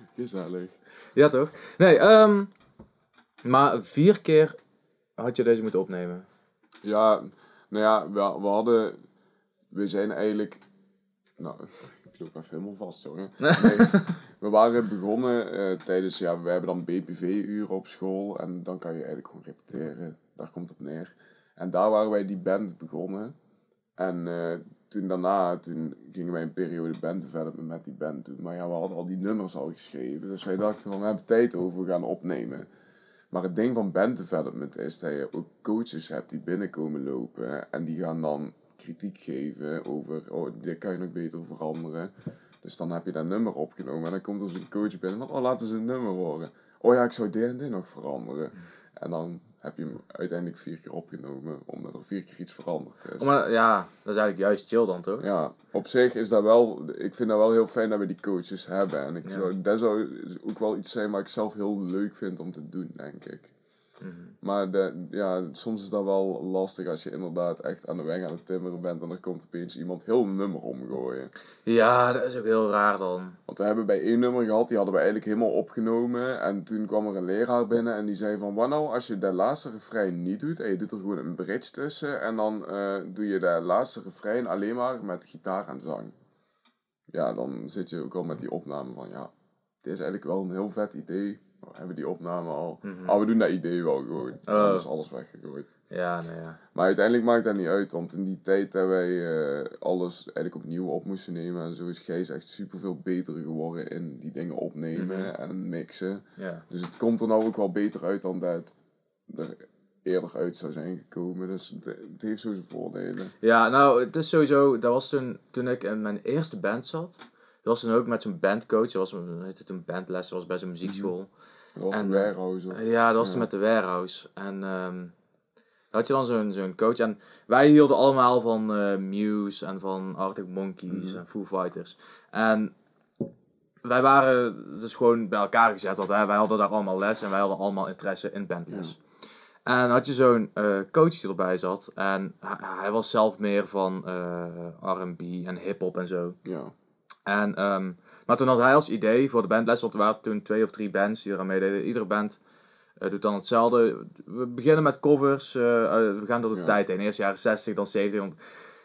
Gezellig. Ja, toch? Nee, ehm maar vier keer had je deze moeten opnemen. Ja, nou ja, we, we hadden... We zijn eigenlijk... Nou, ik loop even helemaal vast, jongen. Nee, we waren begonnen uh, tijdens... Ja, we hebben dan B P V-uren op school. En dan kan je eigenlijk gewoon repeteren. Daar komt het op neer. En daar waren wij die band begonnen. En uh, toen daarna, toen gingen wij een periode band development met die band doen. Maar ja, we hadden al die nummers al geschreven. Dus wij dachten van, we hebben tijd over, we gaan opnemen. Maar het ding van band development is dat je ook coaches hebt die binnenkomen lopen. En die gaan dan kritiek geven over, oh, dit kan je nog beter veranderen. Dus dan heb je dat nummer opgenomen. En dan komt er zo'n coach binnen van, oh, laten ze een nummer horen. Oh ja, ik zou dit en dit nog veranderen. En dan heb je hem uiteindelijk vier keer opgenomen, omdat er vier keer iets veranderd is. Oh, maar ja, dat is eigenlijk juist chill dan, toch? Ja, op zich is dat wel, ik vind dat wel heel fijn dat we die coaches hebben. En ik Ja. zou, dat zou ook wel iets zijn wat ik zelf heel leuk vind om te doen, denk ik. Mm-hmm. Maar de, ja, soms is dat wel lastig als je inderdaad echt aan de weg aan het timmeren bent en er komt opeens iemand heel een nummer omgooien. Ja, dat is ook heel raar dan. Want we hebben bij één nummer gehad, die hadden we eigenlijk helemaal opgenomen. En toen kwam er een leraar binnen en die zei van, wat nou als je dat laatste refrein niet doet en je doet er gewoon een bridge tussen. En dan uh, doe je dat laatste refrein alleen maar met gitaar en zang. Ja, dan zit je ook al met die opname van, ja, dit is eigenlijk wel een heel vet idee. We hebben die opname al. Mm-hmm. Ah, we doen dat idee wel gewoon. Oh. Dan is alles weggegooid. Ja, nee, ja. Maar uiteindelijk maakt dat niet uit, want in die tijd dat wij uh, alles eigenlijk opnieuw op moesten nemen en zo is Gijs echt superveel beter geworden in die dingen opnemen Mm-hmm. en mixen. Ja. Dus het komt er nou ook wel beter uit dan dat het er eerder uit zou zijn gekomen. Dus het, het heeft zo zijn voordelen. Ja, nou, het is sowieso, dat was toen, toen ik in mijn eerste band zat. Dat was toen ook met zo'n bandcoach, dat was een, heette het een bandles, dat was bij zo'n muziekschool. Dat was En, een warehouse. Of? Ja, dat was Ja. toen met de warehouse. En um, had je dan zo'n zo'n coach. En wij hielden allemaal van uh, Muse en van Arctic Monkeys Mm-hmm. en Foo Fighters. En wij waren dus gewoon bij elkaar gezet, want hè, wij hadden daar allemaal les en wij hadden allemaal interesse in bandles. Ja. En had je zo'n uh, coach die erbij zat en hij, hij was zelf meer van uh, R en B en hip-hop en zo. Ja. En, um, maar toen had hij als idee voor de bandles, want er waren toen twee of drie bands die eraan meededen. Iedere band uh, doet dan hetzelfde. We beginnen met covers, uh, uh, we gaan door de ja. tijd heen. Eerst jaren zestig, dan zeventig. Want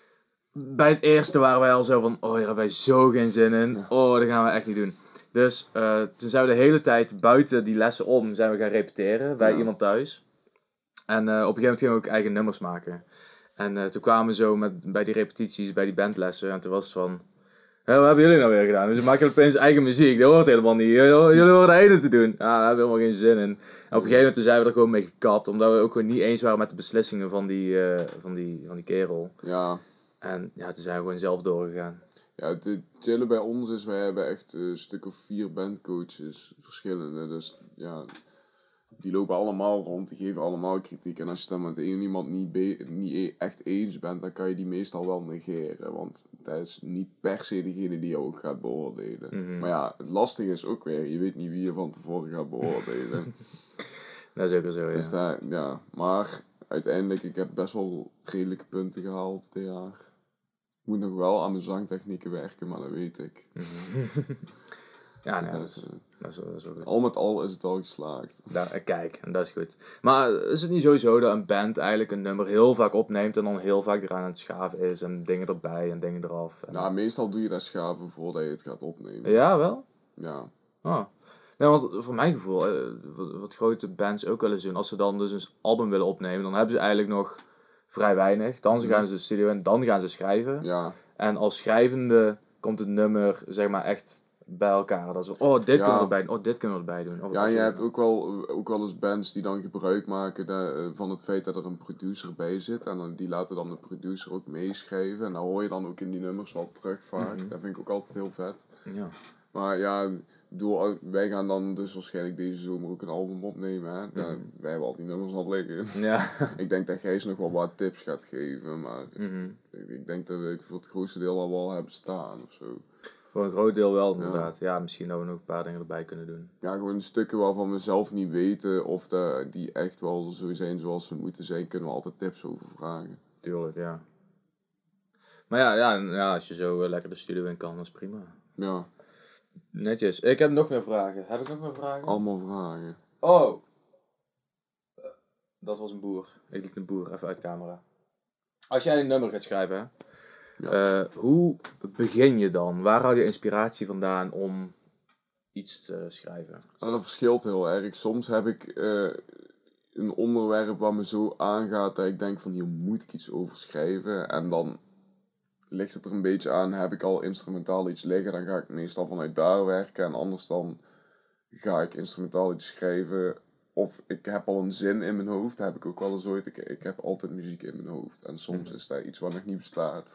bij het eerste waren wij al zo van, oh hier hebben wij zo geen zin in. Ja. Oh, dat gaan we echt niet doen. Dus uh, toen zijn we de hele tijd buiten die lessen om zijn we gaan repeteren bij ja. iemand thuis. En uh, op een gegeven moment gingen we ook eigen nummers maken. En uh, toen kwamen we zo met, bij die repetities, bij die bandlessen. En toen was het van, hé, wat hebben jullie nou weer gedaan? Dus we maken opeens eigen muziek. Dat hoort helemaal niet. Jullie horen de ene te doen. Ah, daar hebben we helemaal geen zin in. En op een gegeven moment zijn we er gewoon mee gekapt. Omdat we ook gewoon niet eens waren met de beslissingen van die, uh, van die, van die kerel. Ja. En ja, toen zijn we gewoon zelf doorgegaan. Ja, het chillen bij ons is, wij hebben echt een stuk of vier bandcoaches, verschillende. Dus ja, die lopen allemaal rond, die geven allemaal kritiek. En als je het dan met één iemand niet, be- niet echt eens bent, dan kan je die meestal wel negeren. Want dat is niet per se degene die je ook gaat beoordelen. Mm-hmm. Maar ja, het lastige is ook weer, je weet niet wie je van tevoren gaat beoordelen. Dat is ook wel zo, ja. Dus dat, ja. Maar uiteindelijk, ik heb best wel redelijke punten gehaald dit jaar. Ik moet nog wel aan mijn zangtechnieken werken, maar dat weet ik. Ja, dus nee, dat is, uh, dat is, dat is ook goed. Al met al is het al geslaagd. Daar, kijk, en dat is goed. Maar is het niet sowieso dat een band eigenlijk een nummer heel vaak opneemt en dan heel vaak eraan aan het schaven is en dingen erbij en dingen eraf? En... Nou, meestal doe je dat schaven voordat je het gaat opnemen. Ja, wel? Ja. Oh. Nee, want voor mijn gevoel, wat grote bands ook wel eens doen, als ze dan dus een album willen opnemen, dan hebben ze eigenlijk nog vrij weinig. Dan mm. gaan ze de studio in, dan gaan ze schrijven. Ja. En als schrijvende komt het nummer, zeg maar, echt bij elkaar. Dat is, oh, dit ja. kunnen we erbij doen. Oh, dit kunnen we erbij doen. Oh, ja, en je hebt ook wel, ook wel eens bands die dan gebruik maken de, van het feit dat er een producer bij zit. En dan, die laten dan de producer ook meeschrijven. En dan hoor je dan ook in die nummers wel terug vaak. Mm-hmm. Dat vind ik ook altijd heel vet. Ja. Maar ja, bedoel, wij gaan dan dus waarschijnlijk deze zomer ook een album opnemen. Hè? Mm-hmm. Ja, wij hebben al die nummers al liggen. Ja. Ik denk dat Gijs nog wel wat tips gaat geven. Maar mm-hmm. ik, ik denk dat we het voor het grootste deel al wel hebben staan of zo. Voor een groot deel wel, inderdaad. Ja. ja, misschien dat we nog een paar dingen erbij kunnen doen. Ja, gewoon stukken waarvan we zelf niet weten of de, die echt wel zo zijn zoals ze moeten zijn, kunnen we altijd tips over vragen. Tuurlijk, ja. Maar ja, ja, ja als je zo uh, lekker de studio in kan, dat is prima. Ja. Netjes. Ik heb nog meer vragen. Heb ik nog meer vragen? Allemaal vragen. Oh! Uh, dat was een boer. Ik liet een boer even uit camera. Als jij een nummer gaat schrijven, hè? Ja. Uh, hoe begin je dan? Waar haal je inspiratie vandaan om iets te schrijven? Nou, dat verschilt heel erg. Soms heb ik uh, een onderwerp wat me zo aangaat dat ik denk van hier moet ik iets over schrijven. En dan ligt het er een beetje aan, heb ik al instrumentaal iets liggen, dan ga ik meestal vanuit daar werken. En anders dan ga ik instrumentaal iets schrijven. Of ik heb al een zin in mijn hoofd, dat heb ik ook wel eens ooit. Ik, ik heb altijd muziek in mijn hoofd. En soms is dat iets wat nog niet bestaat.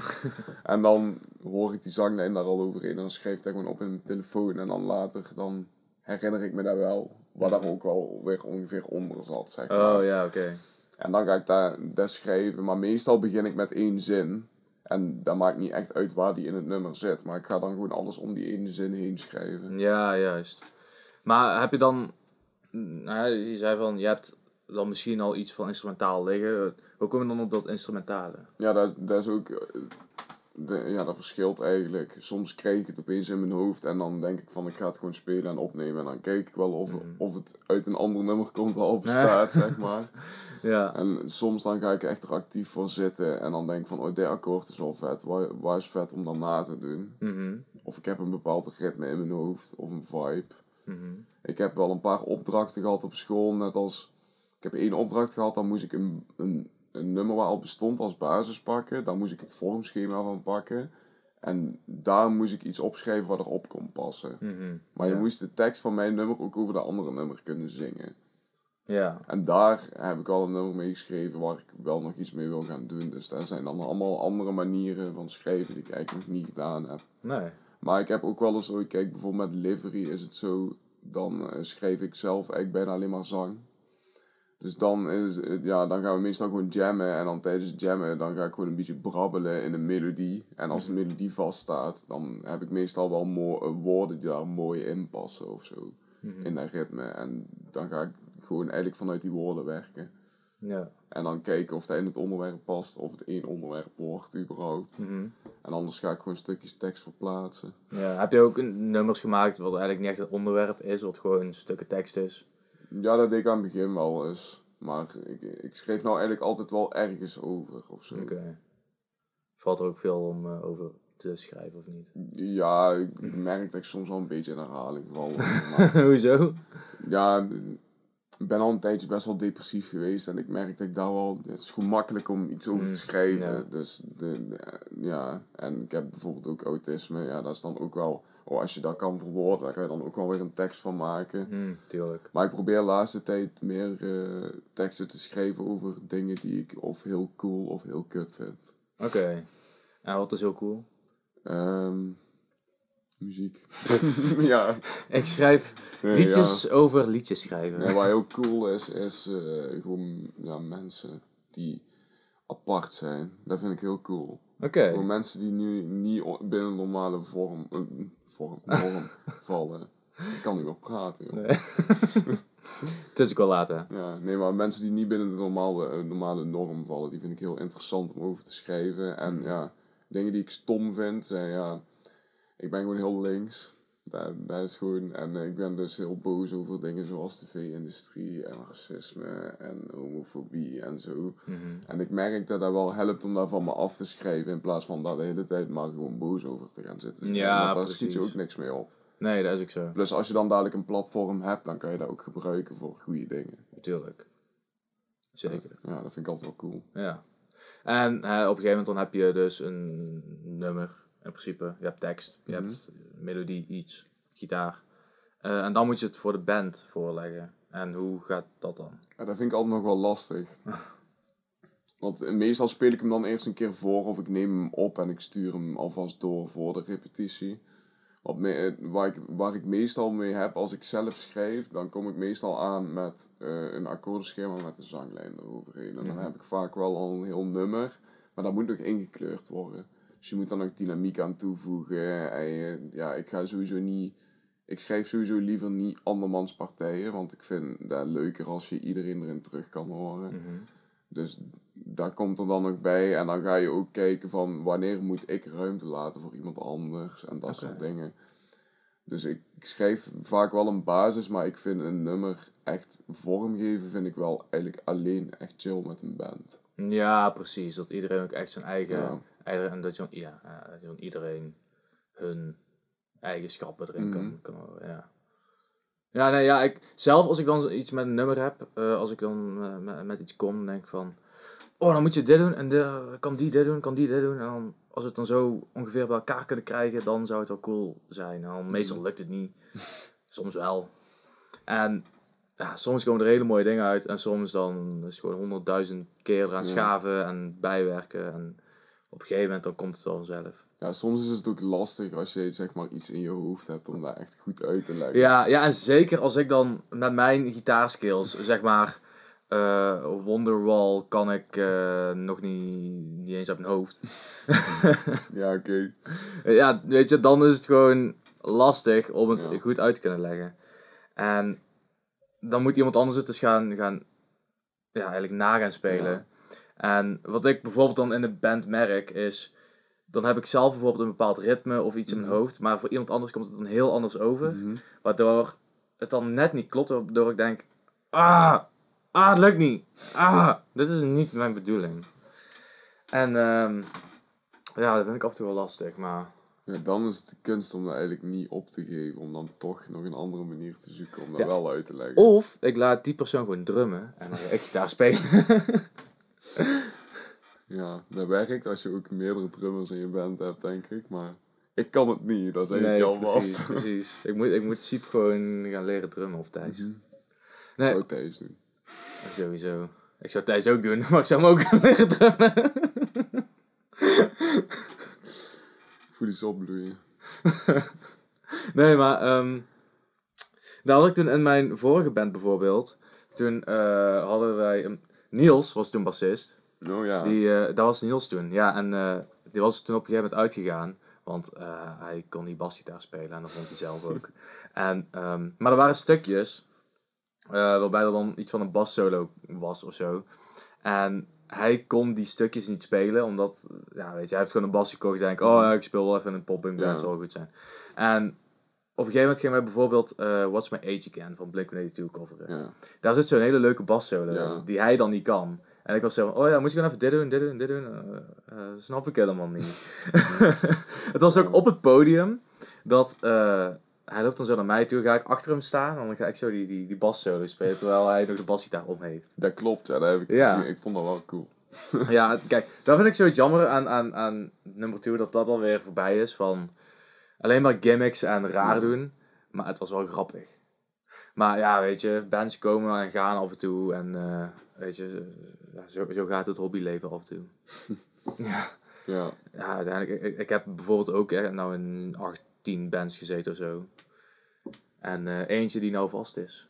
En dan hoor ik die zanglijn daar al overheen. En dan schrijf ik dat gewoon op in mijn telefoon. En dan later, dan herinner ik me dat wel. Wat daar ook wel weer ongeveer onder zat, zeg maar. Oh ja, oké. Okay. En dan ga ik dat, dat schrijven. Maar meestal begin ik met één zin. En dat maakt niet echt uit waar die in het nummer zit. Maar ik ga dan gewoon alles om die ene zin heen schrijven. Ja, juist. Maar heb je dan... Nou, je zei van, je hebt dan misschien al iets van instrumentaal liggen. Hoe kom je dan op dat instrumentale? Ja, dat, dat is ook... De, ja, dat verschilt eigenlijk. Soms krijg ik het opeens in mijn hoofd en dan denk ik van ik ga het gewoon spelen en opnemen. En dan kijk ik wel of, mm. of het uit een ander nummer komt al bestaat, zeg maar. Ja. En soms dan ga ik echt er actief voor zitten en dan denk ik van oh, dit akkoord is wel vet. Waar, waar is vet om dan na te doen? Mm-hmm. Of ik heb een bepaald ritme in mijn hoofd of een vibe. Mm-hmm. Ik heb wel een paar opdrachten gehad op school, net als... Ik heb één opdracht gehad, dan moest ik een... een een nummer wat al bestond als basis pakken. Dan moest ik het vormschema van pakken. En daar moest ik iets opschrijven wat erop kon passen. Mm-hmm. Maar je ja. moest de tekst van mijn nummer ook over de andere nummer kunnen zingen. Ja. En daar heb ik al een nummer mee geschreven waar ik wel nog iets mee wil gaan doen. Dus daar zijn dan allemaal andere manieren van schrijven die ik eigenlijk nog niet gedaan heb. Nee. Maar ik heb ook wel eens zo, kijk bijvoorbeeld met Livery is het zo, dan uh, schreef ik zelf eigenlijk bijna alleen maar zang. Dus dan, is, ja, dan gaan we meestal gewoon jammen. En dan tijdens het jammen dan ga ik gewoon een beetje brabbelen in een melodie. En als de melodie vaststaat, dan heb ik meestal wel mo- woorden die daar mooi in passen of zo. Mm-hmm. In dat ritme. En dan ga ik gewoon eigenlijk vanuit die woorden werken. Ja. En dan kijken of dat in het onderwerp past. Of het één onderwerp wordt überhaupt. Mm-hmm. En anders ga ik gewoon stukjes tekst verplaatsen. Ja, heb je ook een nummers gemaakt wat eigenlijk niet echt het onderwerp is. Wat gewoon een stukje tekst is? Ja, dat deed ik aan het begin wel eens. Maar ik, ik schreef nou eigenlijk altijd wel ergens over of zo. Oké. Okay. Valt er ook veel om uh, over te schrijven of niet? Ja, ik merk dat ik soms wel een beetje in herhaling val. Maar, hoezo? Ja, ik ben al een tijdje best wel depressief geweest. En ik merk dat ik daar wel... Het is gewoon makkelijk om iets over te schrijven. Ja. Dus de, de, ja, en ik heb bijvoorbeeld ook autisme. Ja, dat is dan ook wel... Oh, als je dat kan verwoorden, daar kan je dan ook wel weer een tekst van maken. Mm, tuurlijk. Maar ik probeer de laatste tijd meer uh, teksten te schrijven over dingen die ik of heel cool of heel kut vind. Oké. Okay. En wat is heel cool? Um, muziek. Ja. Ik schrijf nee, liedjes ja. over liedjes schrijven. Nee, wat heel cool is, is uh, gewoon ja, mensen die apart zijn. Dat vind ik heel cool. Oké. Okay. Gewoon mensen die nu niet binnen normale vorm, uh, vorm, norm vallen. Ik kan niet meer praten, joh. Nee. Het is ook wel later. Ja, nee, maar mensen die niet binnen de normale, uh, normale norm vallen, die vind ik heel interessant om over te schrijven. En mm. ja, dingen die ik stom vind, zijn ja, ik ben gewoon heel links. Dat, dat is gewoon, en uh, ik ben dus heel boos over dingen zoals de tv-industrie en racisme en homofobie en zo. Mm-hmm. En ik merk dat dat wel helpt om daar van me af te schrijven in plaats van daar de hele tijd maar gewoon boos over te gaan zitten. Ja, want daar precies. schiet je ook niks mee op. Nee, dat is ook zo. Plus als je dan dadelijk een platform hebt, dan kan je dat ook gebruiken voor goede dingen. Tuurlijk. Zeker. Ja, ja dat vind ik altijd wel cool. Ja. En uh, op een gegeven moment dan heb je dus een nummer, in principe. Je hebt tekst, je mm-hmm. hebt melodie, iets, gitaar. Uh, en dan moet je het voor de band voorleggen. En hoe gaat dat dan? Ja, dat vind ik altijd nog wel lastig. Want meestal speel ik hem dan eerst een keer voor of ik neem hem op en ik stuur hem alvast door voor de repetitie. Wat me, waar, ik, waar ik meestal mee heb als ik zelf schrijf, dan kom ik meestal aan met uh, een akkoordenschema met een zanglijn eroverheen. En dan mm-hmm. heb ik vaak wel al een heel nummer, maar dat moet nog ingekleurd worden. Dus je moet dan nog dynamiek aan toevoegen. En je, ja, ik ga sowieso niet... Ik schrijf sowieso liever niet andermans partijen, want ik vind dat leuker als je iedereen erin terug kan horen. Mm-hmm. Dus daar komt er dan nog bij. En dan ga je ook kijken van wanneer moet ik ruimte laten voor iemand anders en dat okay. soort dingen. Dus ik, ik schrijf vaak wel een basis, maar ik vind een nummer echt vormgeven vind ik wel eigenlijk alleen echt chill met een band. Ja, precies. Dat iedereen ook echt zijn eigen... Ja. eigen en dat je, ja, ja, dat je van iedereen hun eigenschappen erin Mhm. kan, kan horen, ja. Ja, nee, ja, ik, zelf als ik dan iets met een nummer heb, eh, als ik dan eh, met, met iets kom, dan denk ik van, oh, dan moet je dit doen en de, kan die dit doen, kan die dit doen. En dan, als we het dan zo ongeveer bij elkaar kunnen krijgen, dan zou het wel cool zijn. En dan, meestal Mhm. lukt het niet, soms wel. En ja, soms komen er hele mooie dingen uit en soms dan is het gewoon honderdduizend keer eraan Ja. schaven en bijwerken. En op een gegeven moment dan komt het wel vanzelf. Ja, soms is het ook lastig als je zeg maar iets in je hoofd hebt om dat echt goed uit te leggen. Ja, ja, en zeker als ik dan met mijn gitaarskills, zeg maar, eh, Wonderwall kan ik eh, nog niet, niet eens uit mijn hoofd. Ja, oké. Ja, weet je, dan is het gewoon lastig om het Ja. goed uit te kunnen leggen. En dan moet iemand anders het dus gaan, gaan ja, eigenlijk na gaan spelen. Ja. En wat ik bijvoorbeeld dan in de band merk is, dan heb ik zelf bijvoorbeeld een bepaald ritme of iets in mijn Mhm. hoofd, maar voor iemand anders komt het dan heel anders over. Mhm. Waardoor het dan net niet klopt, waardoor ik denk, ah, ah, het lukt niet. Ah, dit is niet mijn bedoeling. En um, ja, dat vind ik af en toe wel lastig, maar... Ja, dan is het de kunst om dat eigenlijk niet op te geven, om dan toch nog een andere manier te zoeken om dat Ja. wel uit te leggen. Of ik laat die persoon gewoon drummen en dan ga ik gitaar spelen. Ja, dat werkt als je ook meerdere drummers in je band hebt, denk ik, maar ik kan het niet, dat is Nee, eigenlijk al precies, vast. precies. Ik moet, ik moet Siep gewoon gaan leren drummen of Thijs. Mhm. Nee, Zou Thijs doen. sowieso. Ik zou Thijs ook doen, maar ik zou hem ook gaan leren drummen. Voel iets opbloeien. Nee, maar um, daar had ik toen in mijn vorige band bijvoorbeeld. Toen uh, hadden wij... Um, Niels was toen bassist. Oh ja. Die, uh, dat was Niels toen. Ja, en uh, die was toen op een gegeven moment uitgegaan. Want uh, hij kon niet basgitaar spelen en dat vond hij zelf ook. en, um, maar er waren stukjes uh, waarbij er dan iets van een bassolo was of zo. En hij kon die stukjes niet spelen, omdat, ja, weet je, hij heeft gewoon een bas gekocht en denk, oh ja, ik speel wel even een popping band, Ja. zal wel goed zijn. En op een gegeven moment gingen wij bijvoorbeeld uh, What's My Age Again van Blink one eighty-two coveren. Ja. Daar zit zo'n hele leuke bassolo Ja. die hij dan niet kan. En ik was zo van, oh ja, moet je gewoon even dit doen, dit doen, dit doen. Uh, uh, snap ik helemaal niet. Het was ook op het podium dat... Uh, hij loopt dan zo naar mij toe, ga ik achter hem staan en dan ga ik zo die, die, die bassolo spelen, terwijl hij nog de basgitaar om heeft. Dat klopt, ja, dat heb ik Ja. gezien. Ik vond dat wel cool. Ja, kijk, dat vind ik zoiets jammer aan, aan, aan nummer twee, dat dat alweer voorbij is, van alleen maar gimmicks en raar Ja. doen, maar het was wel grappig. Maar ja, weet je, bands komen en gaan af en toe en uh, weet je, ja, zo, zo gaat het hobbyleven af en toe. ja. Ja. Ja, uiteindelijk, ik, ik heb bijvoorbeeld ook eh, nou in achttien bands gezeten of zo. En uh, eentje die nou vast is.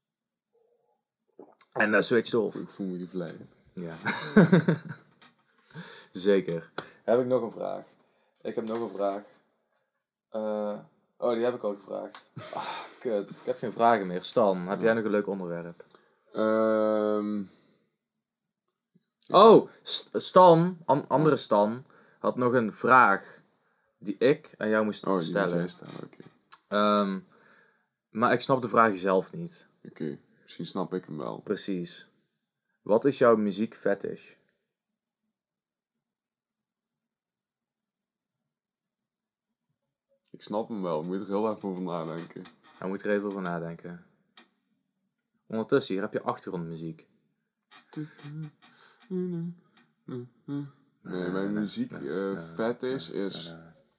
En dat uh, switcht off. Ik voel me gevleid. Ja. Zeker. Heb ik nog een vraag? Ik heb nog een vraag. Uh, oh, die heb ik al gevraagd. Ah, kut. Ik heb geen vragen meer. Stan, heb ja. jij nog een leuk onderwerp? Um... Oh, Stan, an, andere Stan, had nog een vraag die ik aan jou moest oh, stellen. Die moet jij stellen, oké. Okay. Um, maar ik snap de vraag zelf niet. Oké, okay. Misschien snap ik hem wel. Precies. Wat is jouw muziekfetish? Ik snap hem wel, ik moet er heel even over nadenken. Hij moet er even over nadenken. Ondertussen, hier heb je achtergrondmuziek. Nee, mijn muziek uh, fetish is...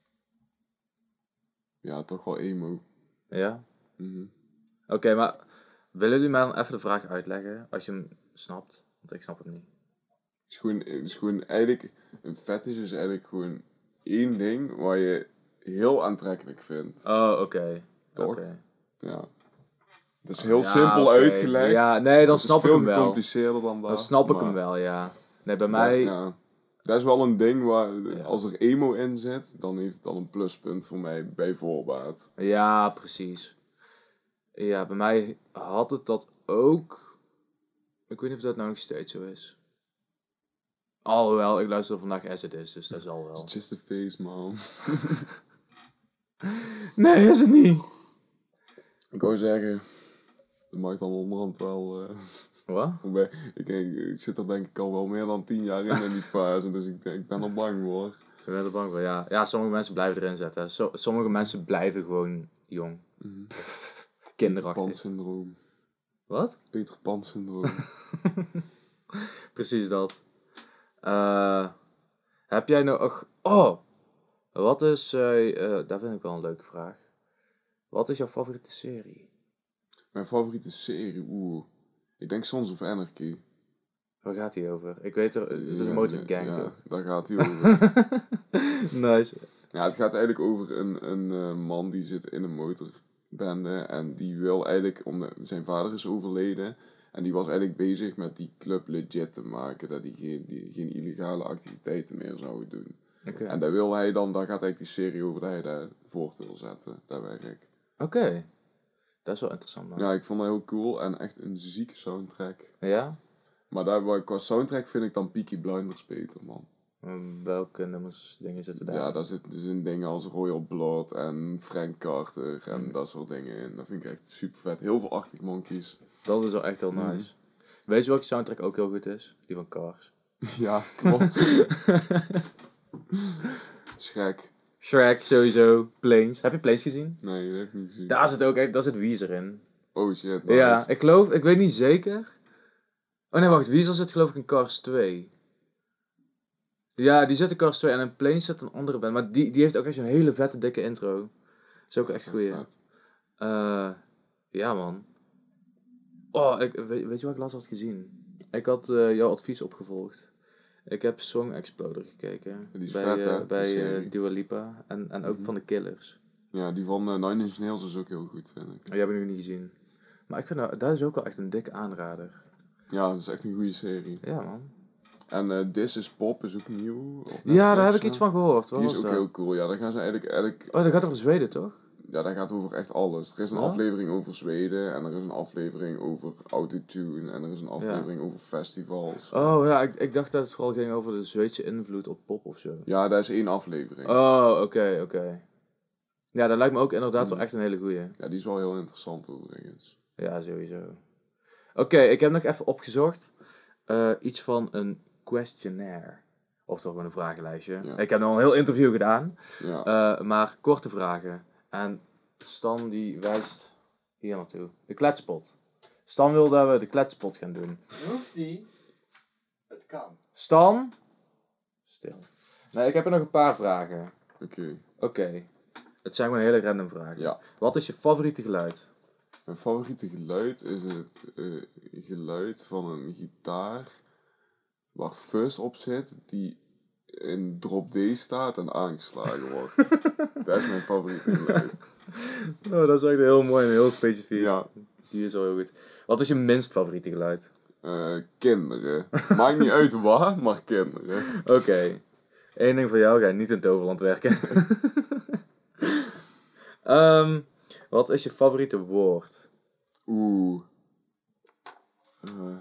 Ja, toch wel emo. Ja? Mm-hmm. Oké, okay, maar willen jullie mij dan even de vraag uitleggen, als je hem snapt? Want ik snap het niet. Het is gewoon, het is gewoon eigenlijk... Een fetish is eigenlijk gewoon één ding waar je heel aantrekkelijk vindt. Oh, oké. Okay. Toch? Okay. Ja. Het is heel ja, simpel okay. uitgelegd. Ja, nee, dan snap ik hem wel. Het is veel gecompliceerder dan dat. Dan snap ik maar... hem wel, ja. Nee, bij mij... Ja. Dat is wel een ding waar, ja. als er emo in zit, dan heeft het dan een pluspunt voor mij bij voorbaat. Ja, precies. Ja, bij mij had het dat ook. Ik weet niet of dat nou nog steeds zo is. Alhoewel, ik luister vandaag As It Is, dus dat zal wel. It's just a face, man. Nee, is het niet. Ik wou zeggen, dat mag dan onderhand wel... Uh, Wat? ik, ik, ik zit er denk ik al wel meer dan tien jaar in in die fase, dus ik, ik ben er bang voor. Ik ben er bang voor, ja. Ja, sommige mensen blijven erin zitten. So, sommige mensen blijven gewoon jong. Mm-hmm. Kinderachtig. Peter Pan syndroom. Wat? Peter Pan syndroom. Precies dat. Uh, heb jij nou... Och, oh! Wat is... Uh, uh, daar vind ik wel een leuke vraag. Wat is jouw favoriete serie? Mijn favoriete serie? Oeh. Ik denk Sons of Anarchy. Waar gaat die over? Ik weet er... Het is een motorgang, ja, toch? daar gaat hij over. Nice. Ja, het gaat eigenlijk over een, een uh, man die zit in een motorbende. En die wil eigenlijk... Om, zijn vader is overleden. En die was eigenlijk bezig met die club legit te maken. Dat hij geen, die, geen illegale activiteiten meer zou doen. Okay. En daar wil hij dan... Daar gaat eigenlijk die serie over dat hij dat voort wil zetten. Dat werk. Oké. Okay. Dat is wel interessant, man. Ja, ik vond dat heel cool. En echt een zieke soundtrack. Ja? Maar daar, qua soundtrack vind ik dan Peaky Blinders beter, man. Um, welke nummers, dingen zitten daar? Ja, daar zitten dus in dingen als Royal Blood en Frank Carter en mm. dat soort dingen in. Dat vind ik echt super vet. Heel veel Arctic Monkeys. Dat is wel echt heel nice. Mm. Weet je welke soundtrack ook heel goed is? Die van Cars. Ja, klopt. Shrek. Shrek, sowieso. Planes. Heb je Planes gezien? Nee, dat heb ik niet gezien. Daar zit ook echt, daar zit Weezer in. Oh shit, nice. Ja, ik geloof, ik weet niet zeker. Oh nee, wacht, Weezer zit geloof ik in Cars twee. Ja, die zit in Cars twee en in Planes zit een andere band. Maar die, die heeft ook echt een hele vette, dikke intro. Dat is ook echt goeie. Uh, ja, man. Oh, ik, weet, weet je wat ik laatst had gezien? Ik had uh, jouw advies opgevolgd. Ik heb Song Exploder gekeken. Die is bij vet, uh, hè? bij uh, Dua Lipa. En, en ook mm-hmm. van de Killers. Ja, die van uh, Nine Inch Nails is ook heel goed, vind ik. Die heb ik nog niet gezien. Maar ik vind dat, dat is ook wel echt een dikke aanrader. Ja, dat is echt een goede serie. Ja, man. En uh, This is Pop is ook nieuw. Ja, daar heb ik iets van gehoord. Wat die is ook dat? heel cool. Ja, daar gaan ze eigenlijk, eigenlijk... Oh, dat gaat over Zweden, toch? Ja, dat gaat over echt alles. Er is een ja? aflevering over Zweden. En er is een aflevering over autotune. En er is een aflevering ja. over festivals. Oh ja, ik, ik dacht dat het vooral ging over de Zweedse invloed op pop of zo. Ja, dat is één aflevering. Oh, oké, okay, oké. Okay. Ja, dat lijkt me ook inderdaad hmm. wel echt een hele goeie. Ja, die is wel heel interessant overigens. Ja, sowieso. Oké, okay, ik heb nog even opgezocht. Uh, iets van een questionnaire. Oftewel gewoon een vragenlijstje. Ja. Ik heb nog een heel interview gedaan. Ja. Uh, maar korte vragen. En Stan die wijst hier naartoe. De kletspot. Stan wil dat we de kletspot gaan doen. Hoeft die? Het kan. Stan? Stil. Nee, ik heb er nog een paar vragen. Oké. Okay. Oké. Okay. Het zijn gewoon hele random vragen. Ja. Wat is je favoriete geluid? Mijn favoriete geluid is het uh, geluid van een gitaar waar fuzz op zit die in drop D staat en aangeslagen wordt. Dat is mijn favoriete geluid. Oh, dat is echt heel mooi en heel specifiek. Ja. Die is wel heel goed. Wat is je minst favoriete geluid? Uh, kinderen. Maakt niet uit waar, maar kinderen. Oké. Okay. Eén ding voor jou, ga niet in Toverland werken. um, wat is je favoriete woord? Oeh. Uh.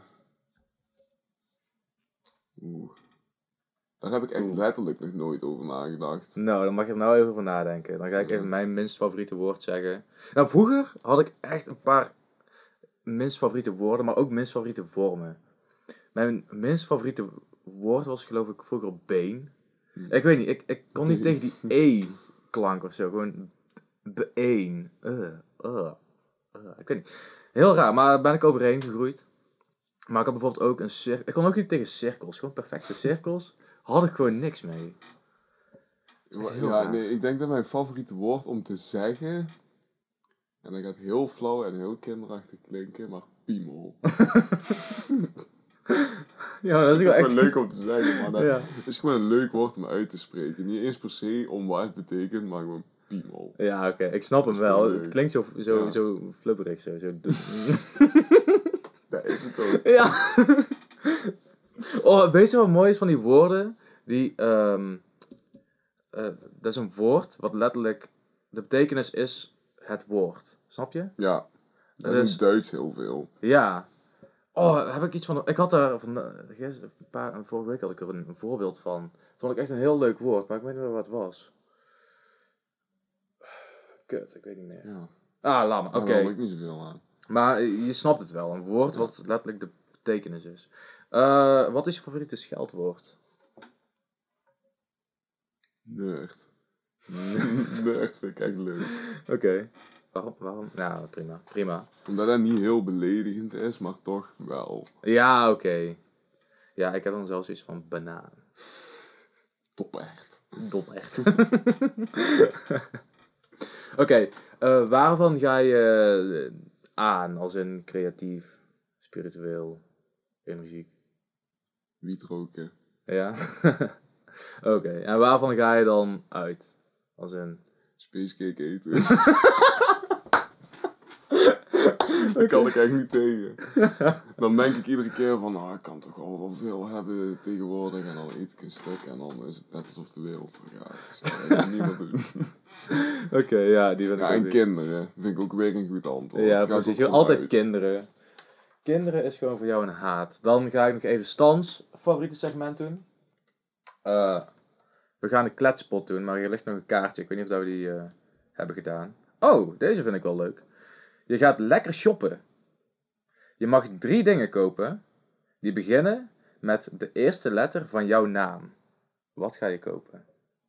Oeh. Daar heb ik echt Oeh. letterlijk nog nooit over nagedacht. Nou, dan mag je er nou even over nadenken. Dan ga ik even mijn minst favoriete woord zeggen. Nou, vroeger had ik echt een paar minst favoriete woorden, maar ook minst favoriete vormen. Mijn minst favoriete woord was geloof ik vroeger been. Hm. Ik weet niet, ik, ik kon niet tegen die E-klank of zo. Gewoon been. Uh, uh, uh, ik weet niet. Heel raar, maar daar ben ik overheen gegroeid. Maar ik had bijvoorbeeld ook een cirkel. Ik kon ook niet tegen cirkels. Gewoon perfecte cirkels. Had ik gewoon niks mee. Ja, nee, ik denk dat mijn favoriete woord om te zeggen... En dat gaat heel flauw en heel kinderachtig klinken, maar piemel. Ja, dat is wel echt... gewoon leuk om te zeggen, maar dat ja. is gewoon een leuk woord om uit te spreken. Niet eens per se om wat het betekent, maar gewoon piemel. Ja, oké. Okay. Ik snap hem wel. Het klinkt zo, zo, ja. zo flubberig. Zo, zo. Dat is het ook. Ja. Oh, weet je wat mooi is van die woorden? Die, um, uh, dat is een woord wat letterlijk... De betekenis is het woord. Snap je? Ja. Dat is in Duits heel veel. Ja. Oh, heb ik iets van... Ik had daar... Van, een paar, vorige week had ik er een, een voorbeeld van. Vond ik echt een heel leuk woord, maar ik weet niet meer wat het was. Kut, ik weet niet meer. Ja. Ah, laat maar. Oké. Daar wil ik niet zoveel aan. Maar je snapt het wel. Een woord Ja. wat letterlijk de betekenis is. Uh, wat is je favoriete scheldwoord? Nerd. Nerd vind ik echt leuk. Oké. Okay. Waarom? Waarom? Nou, prima. Prima. Omdat dat niet heel beledigend is, maar toch wel. Ja, oké. Okay. Ja, ik heb dan zelfs iets van banaan. Top echt. Dom echt. Oké. Okay. Uh, waarvan ga je uh, aan? Als in creatief, spiritueel, energiek? Wiet roken. Ja? Oké. Okay. En waarvan ga je dan uit? Als in... Spacecake eten. Daar kan ik echt niet tegen. Dan denk ik iedere keer van, ah, ik kan toch al wel veel hebben tegenwoordig. En dan eet ik een stuk en dan is het net alsof de wereld vergaat. Dus dat ga ik niet meer doen. Oké, okay, ja, die ben ik ja, ook en niet. kinderen vind ik ook weer een goed antwoord. Ja, precies. Je altijd uit. kinderen. Kinderen is gewoon voor jou een haat. Dan ga ik nog even Stans favoriete segment doen. Uh, we gaan de kletspot doen, maar hier ligt nog een kaartje. Ik weet niet of we die uh, hebben gedaan. Oh, deze vind ik wel leuk. Je gaat lekker shoppen. Je mag drie dingen kopen die beginnen met de eerste letter van jouw naam. Wat ga je kopen?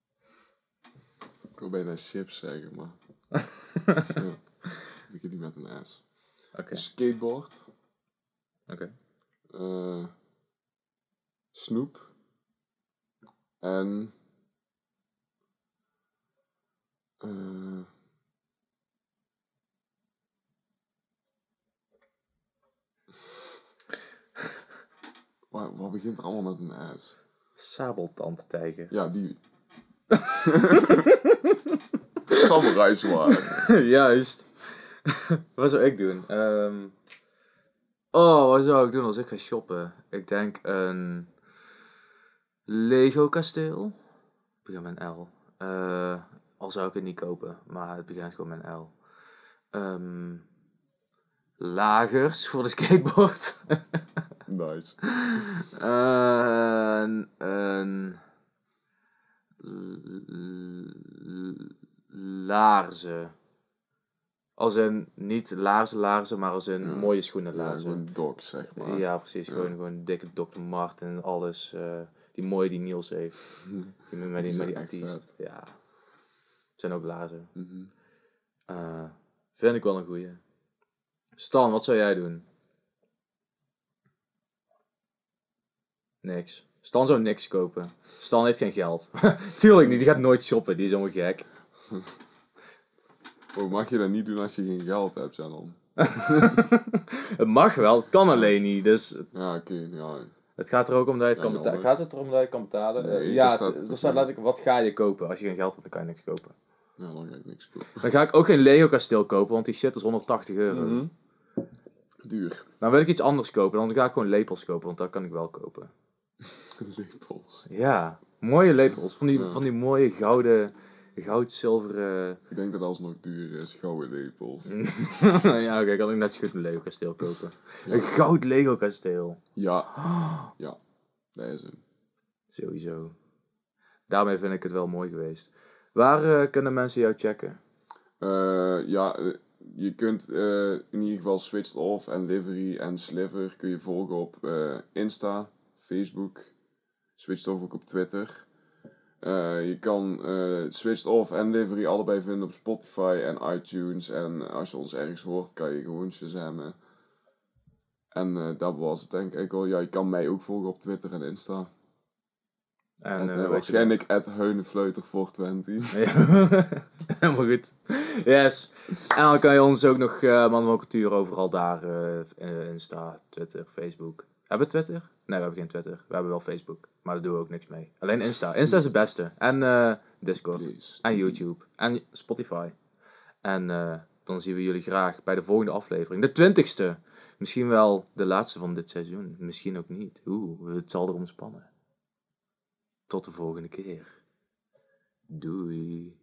Ik wil bijna chips zeggen, maar... ja. Ik begin niet met een S. Okay. Een skateboard. Oké. Okay. Uh, snoep. En... Uh, Wat, wat begint er allemaal met een S? Sabeltandtijger. Ja, die. Samurai zwaard. Juist. Wat zou ik doen? Um... Oh, wat zou ik doen als ik ga shoppen? Ik denk een Lego kasteel. Het begint met een L. Uh, al zou ik het niet kopen, maar het begint gewoon met een L. Um... Lagers voor de skateboard. Nice. Uh, een, een laarzen. Als in, niet laarzen laarzen, maar als in ja. mooie schoenen laarzen. Ja, gewoon docs, zeg maar. Ja, precies. Ja. Gewoon, gewoon dikke dokter Marten en alles. Uh, die mooie die Niels heeft. Die met die, die, die artiest. Ja. Het zijn ook laarzen. Mm-hmm. Uh, vind ik wel een goeie. Stan, wat zou jij doen? Niks. Stan zou niks kopen. Stan heeft geen geld. Tuurlijk niet, die gaat nooit shoppen, die is helemaal gek. Oh, mag je dat niet doen als je geen geld hebt, Shannon? Het mag wel, het kan alleen niet, dus... Ja, oké, okay, ja. Het gaat er ook om dat je het ja, kan betalen. Gaat het erom dat je het kan betalen? Nee, uh, ja, er staat, het, er staat letterlijk, wat ga je kopen? Als je geen geld hebt, dan kan je niks kopen. Ja, dan ga ik niks kopen. Dan ga ik ook geen Lego kasteel kopen, want die shit is honderdtachtig euro. Mm-hmm. Duur. Dan wil ik iets anders kopen, dan ga ik gewoon lepels kopen, want dat kan ik wel kopen. Lepels? Ja, mooie lepels. Van die, ja. van die mooie gouden, goud, zilveren... Ik denk dat alsnog duur is, gouden lepels. Ja, oké, okay, kan ik net zo goed een Lego kasteel kopen. Ja. Een goud Lego kasteel. Ja. Ja, dat is hem. Sowieso. Daarmee vind ik het wel mooi geweest. Waar uh, kunnen mensen jou checken? Uh, ja, je kunt uh, in ieder geval Switched Off en Livery en Sliver kun je volgen op uh, Insta, Facebook, Switched Off ook op Twitter. Uh, je kan uh, Switched Off en Livery allebei vinden op Spotify en iTunes. En als je ons ergens hoort, kan je gewoon shazammen. En uh, dat was het denk ik al. Ja, je kan mij ook volgen op Twitter en Insta. En uh, uh, waarschijnlijk at Heunefleuter vierhonderdtwintig. Ja, helemaal goed. Yes. En dan kan je ons ook nog uh, Man van Cultuur overal daar. Uh, Insta, Twitter, Facebook. Hebben we Twitter? Nee, we hebben geen Twitter. We hebben wel Facebook. Maar daar doen we ook niks mee. Alleen Insta. Insta is het beste. En uh, Discord. Please. En YouTube. En Spotify. En uh, dan zien we jullie graag bij de volgende aflevering. De twintigste. Misschien wel de laatste van dit seizoen. Misschien ook niet. Oeh, het zal erom spannen. Tot de volgende keer. Doei.